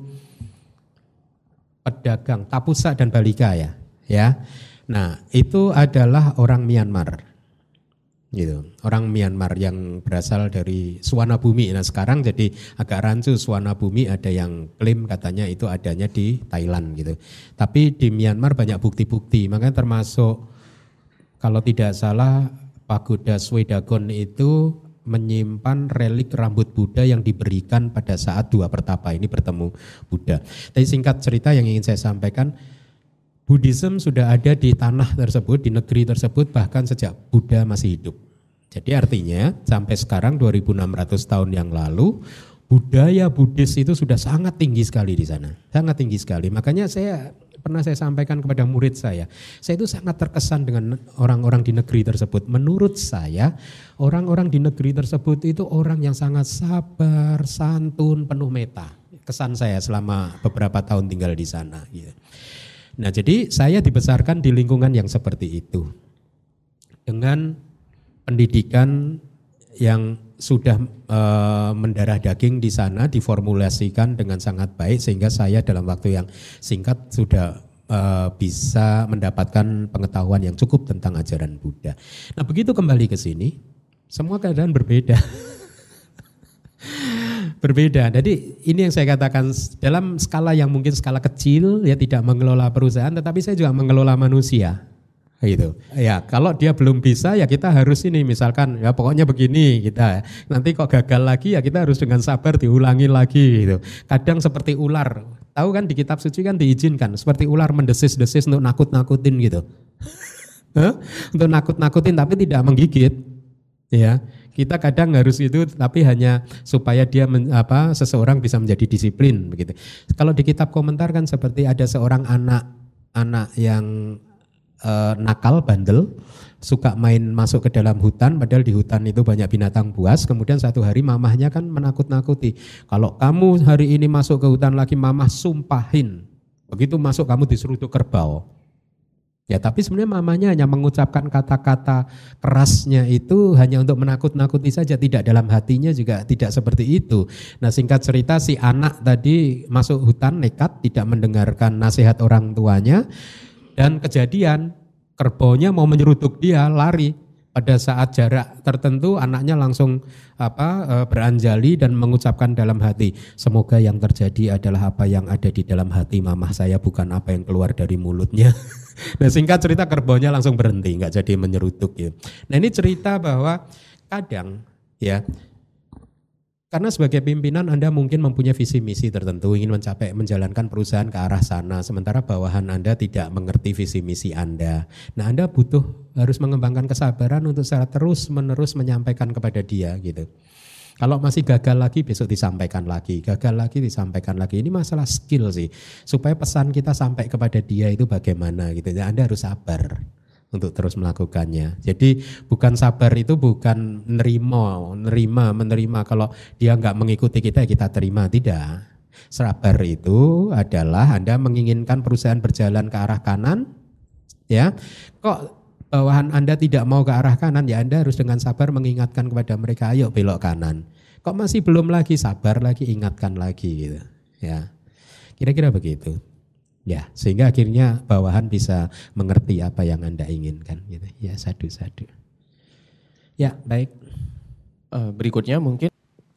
pedagang Tapusa dan Balika, ya. Ya. Nah, itu adalah orang Myanmar. Gitu. Orang Myanmar yang berasal dari Swanabumi. Nah, sekarang jadi agak rancu, Swanabumi ada yang klaim katanya itu adanya di Thailand gitu. Tapi di Myanmar banyak bukti-bukti, makanya termasuk kalau tidak salah Pagoda Swedagon itu menyimpan relik rambut Buddha yang diberikan pada saat dua pertapa ini bertemu Buddha. Tapi singkat cerita yang ingin saya sampaikan, Buddhism sudah ada di tanah tersebut, di negeri tersebut bahkan sejak Buddha masih hidup. Jadi artinya sampai sekarang dua ribu enam ratus tahun yang lalu budaya Buddhis itu sudah sangat tinggi sekali di sana. Sangat tinggi sekali. Makanya saya pernah saya sampaikan kepada murid saya, saya itu sangat terkesan dengan orang-orang di negeri tersebut. Menurut saya, orang-orang di negeri tersebut itu orang yang sangat sabar, santun, penuh meta. Kesan saya selama beberapa tahun tinggal di sana gitu. Nah, jadi saya dibesarkan di lingkungan yang seperti itu. Dengan pendidikan yang sudah e, mendarah daging di sana, diformulasikan dengan sangat baik sehingga saya dalam waktu yang singkat sudah e, bisa mendapatkan pengetahuan yang cukup tentang ajaran Buddha. Nah, begitu kembali ke sini, semua keadaan berbeda. Berbeda. Jadi ini yang saya katakan dalam skala yang mungkin skala kecil, ya tidak mengelola perusahaan, tetapi saya juga mengelola manusia. Gitu. Ya, kalau dia belum bisa ya kita harus ini misalkan ya pokoknya begini kita. Nanti kok gagal lagi ya kita harus dengan sabar diulangi lagi gitu. Kadang seperti ular. Tahu kan di kitab suci kan diizinkan seperti ular mendesis-desis untuk nakut-nakutin gitu. Untuk nakut-nakutin tapi tidak menggigit. Ya. Kita kadang harus itu tapi hanya supaya dia men, apa seseorang bisa menjadi disiplin begitu. Kalau di kitab komentar kan seperti ada seorang anak anak yang e, nakal, bandel, suka main masuk ke dalam hutan padahal di hutan itu banyak binatang buas. Kemudian satu hari mamahnya kan menakut-nakuti. Kalau kamu hari ini masuk ke hutan lagi mamah sumpahin. Begitu masuk kamu diseruduk kerbau. Ya, tapi sebenarnya mamanya hanya mengucapkan kata-kata kerasnya itu hanya untuk menakut-nakuti saja, tidak dalam hatinya juga tidak seperti itu. Nah, singkat cerita si anak tadi masuk hutan nekat, tidak mendengarkan nasihat orang tuanya dan kejadian kerbaunya mau menyeruduk dia, lari. Pada saat jarak tertentu anaknya langsung apa beranjali dan mengucapkan dalam hati, semoga yang terjadi adalah apa yang ada di dalam hati mamah saya, bukan apa yang keluar dari mulutnya. Nah, singkat cerita kerbaunya langsung berhenti, nggak jadi menyeruduk ya. Nah, ini cerita bahwa kadang ya, karena sebagai pimpinan Anda mungkin mempunyai visi misi tertentu, ingin mencapai menjalankan perusahaan ke arah sana, sementara bawahan Anda tidak mengerti visi misi Anda. Nah, Anda butuh harus mengembangkan kesabaran untuk secara terus menerus menyampaikan kepada dia gitu. Kalau masih gagal lagi besok disampaikan lagi, gagal lagi disampaikan lagi. Ini masalah skill sih, supaya pesan kita sampai kepada dia itu bagaimana gitu. Nah, Anda harus sabar untuk terus melakukannya. Jadi bukan sabar itu bukan nerima, nerima, menerima. Kalau dia nggak mengikuti kita, kita terima, tidak. Sabar itu adalah Anda menginginkan perusahaan berjalan ke arah kanan, ya. Kok bawahan Anda tidak mau ke arah kanan, ya Anda harus dengan sabar mengingatkan kepada mereka, ayo belok kanan. Kok masih belum lagi, sabar lagi, ingatkan lagi gitu. Ya, kira-kira begitu. Ya, sehingga akhirnya bawahan bisa mengerti apa yang Anda inginkan gitu. Ya, sadu-sadu. Ya, baik. Uh, berikutnya mungkin.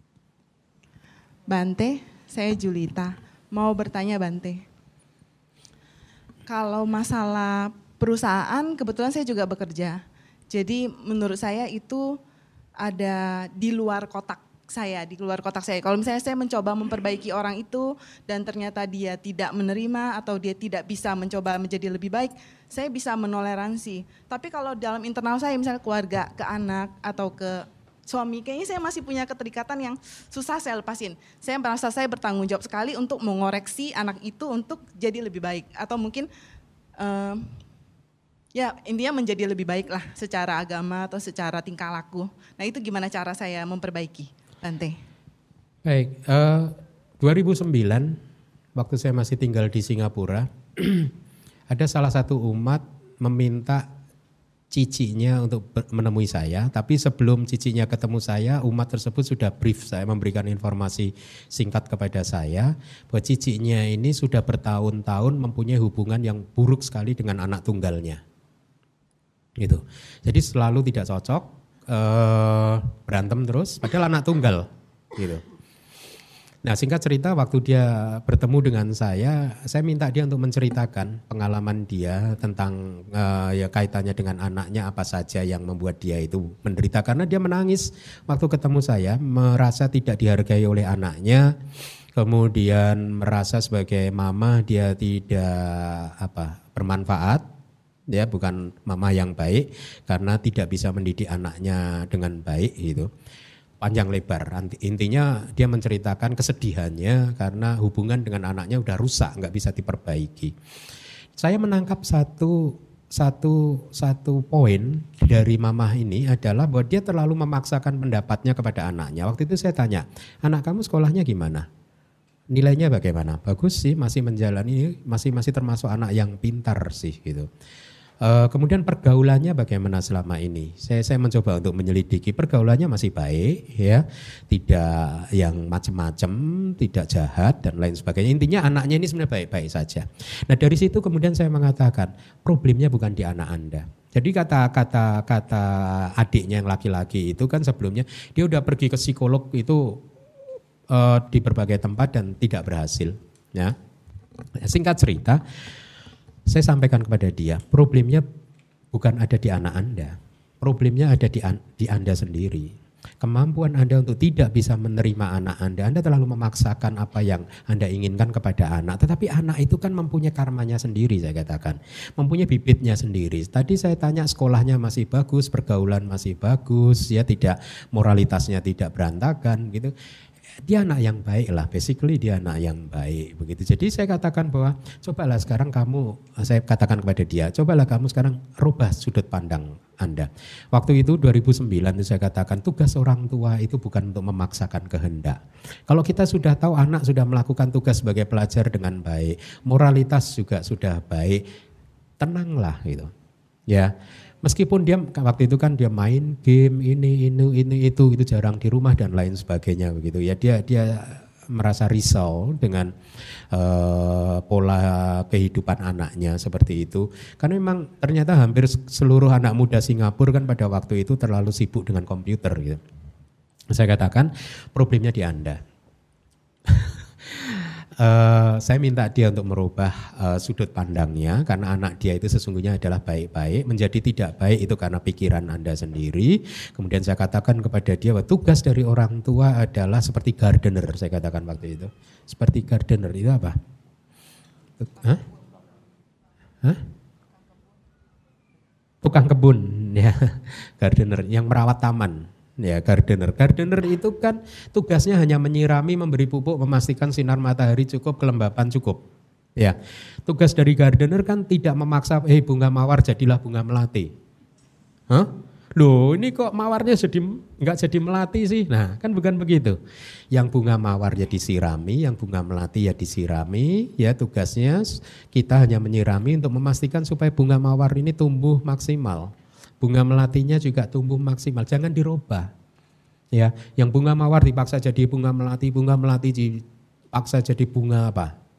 Bante, saya Julita. Mau bertanya Bante. Kalau masalah perusahaan, kebetulan saya juga bekerja. Jadi menurut saya itu ada di luar kotak saya, di luar kotak saya. Kalau misalnya saya mencoba memperbaiki orang itu dan ternyata dia tidak menerima atau dia tidak bisa mencoba menjadi lebih baik, saya bisa menoleransi. Tapi kalau dalam internal saya, misalnya keluarga, ke anak atau ke suami, kayaknya saya masih punya keterikatan yang susah saya lepasin. Saya merasa saya bertanggung jawab sekali untuk mengoreksi anak itu untuk jadi lebih baik. Atau mungkin uh, ya intinya menjadi lebih baik lah secara agama atau secara tingkah laku. Nah itu gimana cara saya memperbaiki? Bante. Baik, uh, dua ribu sembilan waktu saya masih tinggal di Singapura, ada salah satu umat meminta cicinya untuk menemui saya, tapi sebelum cicinya ketemu saya, umat tersebut sudah brief saya, memberikan informasi singkat kepada saya bahwa cicinya ini sudah bertahun-tahun mempunyai hubungan yang buruk sekali dengan anak tunggalnya. Gitu. Jadi selalu tidak cocok. Uh, berantem terus, padahal anak tunggal, gitu. Nah singkat cerita waktu dia bertemu dengan saya, saya minta dia untuk menceritakan pengalaman dia tentang uh, ya kaitannya dengan anaknya apa saja yang membuat dia itu menderita. Karena dia menangis waktu ketemu saya, merasa tidak dihargai oleh anaknya, kemudian merasa sebagai mama dia tidak apa bermanfaat. Ya bukan mama yang baik karena tidak bisa mendidik anaknya dengan baik gitu. Panjang lebar, intinya dia menceritakan kesedihannya karena hubungan dengan anaknya udah rusak, nggak bisa diperbaiki. Saya menangkap satu satu satu poin dari mamah ini adalah bahwa dia terlalu memaksakan pendapatnya kepada anaknya. Waktu itu saya tanya, anak kamu sekolahnya gimana? Nilainya bagaimana? Bagus sih, masih menjalani, masih masih termasuk anak yang pintar sih gitu. Uh, kemudian pergaulannya bagaimana selama ini? Saya saya mencoba untuk menyelidiki pergaulannya masih baik, ya, tidak yang macam-macam, tidak jahat dan lain sebagainya. Intinya anaknya ini sebenarnya baik-baik saja. Nah dari situ kemudian saya mengatakan problemnya bukan di anak Anda. Jadi kata-kata kata adiknya yang laki-laki itu kan sebelumnya dia udah pergi ke psikolog itu uh, di berbagai tempat dan tidak berhasil. Ya, singkat cerita. Saya sampaikan kepada dia, problemnya bukan ada di anak Anda, problemnya ada di, di Anda sendiri. Kemampuan Anda untuk tidak bisa menerima anak Anda, Anda terlalu memaksakan apa yang Anda inginkan kepada anak. Tetapi anak itu kan mempunyai karmanya sendiri, saya katakan, mempunyai bibitnya sendiri. Tadi saya tanya sekolahnya masih bagus, pergaulan masih bagus, ya tidak moralitasnya tidak berantakan gitu. Dia anak yang baik lah, basically dia anak yang baik begitu. Jadi saya katakan bahwa cobalah sekarang kamu, saya katakan kepada dia, cobalah kamu sekarang rubah sudut pandang Anda. Waktu itu dua ribu sembilan itu saya katakan tugas orang tua itu bukan untuk memaksakan kehendak. Kalau kita sudah tahu anak sudah melakukan tugas sebagai pelajar dengan baik, moralitas juga sudah baik, tenanglah gitu. Ya. Meskipun dia waktu itu kan dia main game ini ini ini itu itu jarang di rumah dan lain sebagainya begitu ya, dia dia merasa risau dengan uh, pola kehidupan anaknya seperti itu karena memang ternyata hampir seluruh anak muda Singapura kan pada waktu itu terlalu sibuk dengan komputer gitu. Saya katakan problemnya di Anda. Uh, saya minta dia untuk merubah uh, sudut pandangnya karena anak dia itu sesungguhnya adalah baik-baik, menjadi tidak baik itu karena pikiran Anda sendiri. Kemudian saya katakan kepada dia bahwa tugas dari orang tua adalah seperti gardener, saya katakan waktu itu. Seperti gardener itu apa? Hah? Hah? Tukang kebun, ya, gardener yang merawat taman. Ya, gardener. Gardener itu kan tugasnya hanya menyirami, memberi pupuk, memastikan sinar matahari cukup, kelembapan cukup. Ya, tugas dari gardener kan tidak memaksa, eh bunga mawar jadilah bunga melati. Hah? Loh, ini kok mawarnya jadi nggak jadi melati sih? Nah, kan bukan begitu. Yang bunga mawar ya disirami, yang bunga melati ya disirami. Ya, tugasnya kita hanya menyirami untuk memastikan supaya bunga mawar ini tumbuh maksimal. Bunga melatinya juga tumbuh maksimal, jangan dirubah. Ya, yang bunga mawar dipaksa jadi bunga melati, bunga melati dipaksa jadi bunga apa?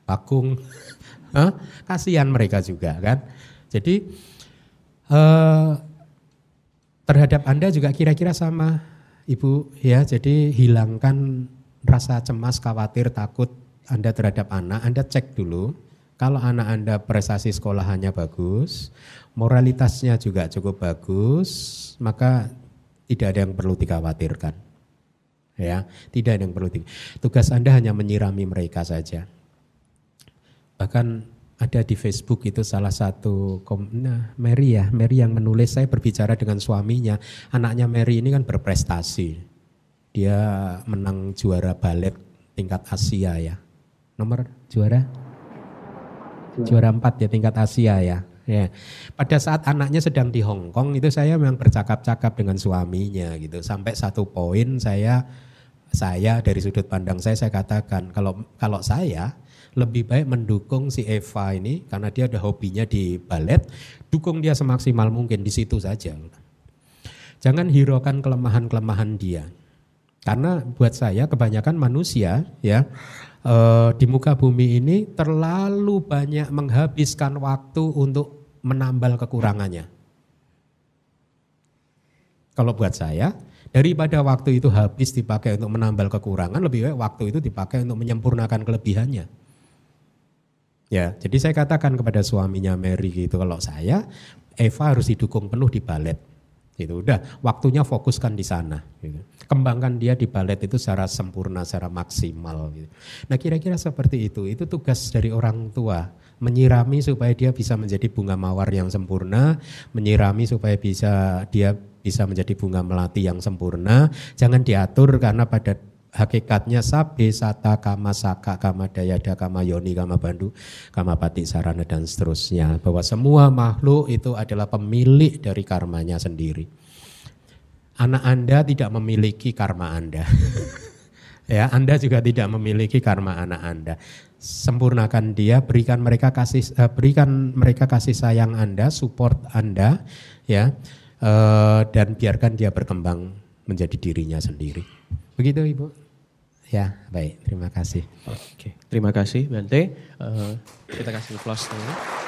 bakung. Hah? Kasihan mereka juga kan. Jadi eh, terhadap Anda juga kira-kira sama Ibu ya. Jadi hilangkan rasa cemas, khawatir, takut Anda terhadap anak. Anda cek dulu kalau anak Anda prestasi sekolahannya bagus, moralitasnya juga cukup bagus, maka tidak ada yang perlu dikhawatirkan. Ya, tidak ada yang perlu. Di... Tugas Anda hanya menyirami mereka saja. Bahkan ada di Facebook itu salah satu, nah, Mary ya, Mary yang menulis, saya berbicara dengan suaminya. Anaknya Mary ini kan berprestasi. Dia menang juara balet tingkat Asia ya. Nomor juara? Juara empat ya tingkat Asia ya. Ya. Pada saat anaknya sedang di Hong Kong itu saya memang bercakap-cakap dengan suaminya gitu. Sampai satu poin saya saya dari sudut pandang saya saya katakan kalau kalau saya lebih baik mendukung si Eva ini karena dia ada hobinya di balet, dukung dia semaksimal mungkin di situ saja. Jangan hiraukan kelemahan-kelemahan dia. Karena buat saya kebanyakan manusia ya eh, di muka bumi ini terlalu banyak menghabiskan waktu untuk menambal kekurangannya. Kalau buat saya, daripada waktu itu habis dipakai untuk menambal kekurangan, lebih baik waktu itu dipakai untuk menyempurnakan kelebihannya. Ya, jadi saya katakan kepada suaminya Mary gitu, kalau saya Eva harus didukung penuh di balet. Gitu, udah waktunya fokuskan di sana. Gitu. Kembangkan dia di balet itu secara sempurna, secara maksimal. Gitu. Nah kira-kira seperti itu, itu tugas dari orang tua. Menyirami supaya dia bisa menjadi bunga mawar yang sempurna, menyirami supaya bisa dia bisa menjadi bunga melati yang sempurna. Jangan diatur karena pada hakikatnya sabe, sata, kama, saka, kama, dayada, kama, yoni, kama, bandu, kama, pati, sarana, dan seterusnya. Bahwa semua makhluk itu adalah pemilik dari karmanya sendiri. Anak Anda tidak memiliki karma Anda. Ya, Anda juga tidak memiliki karma anak Anda. Sempurnakan dia, berikan mereka kasih, uh, berikan mereka kasih sayang Anda, support Anda, ya, uh, dan biarkan dia berkembang menjadi dirinya sendiri. Begitu Ibu. Ya, baik. Terima kasih. Oke, terima kasih Bante. Uh, kita kasih applause dulu.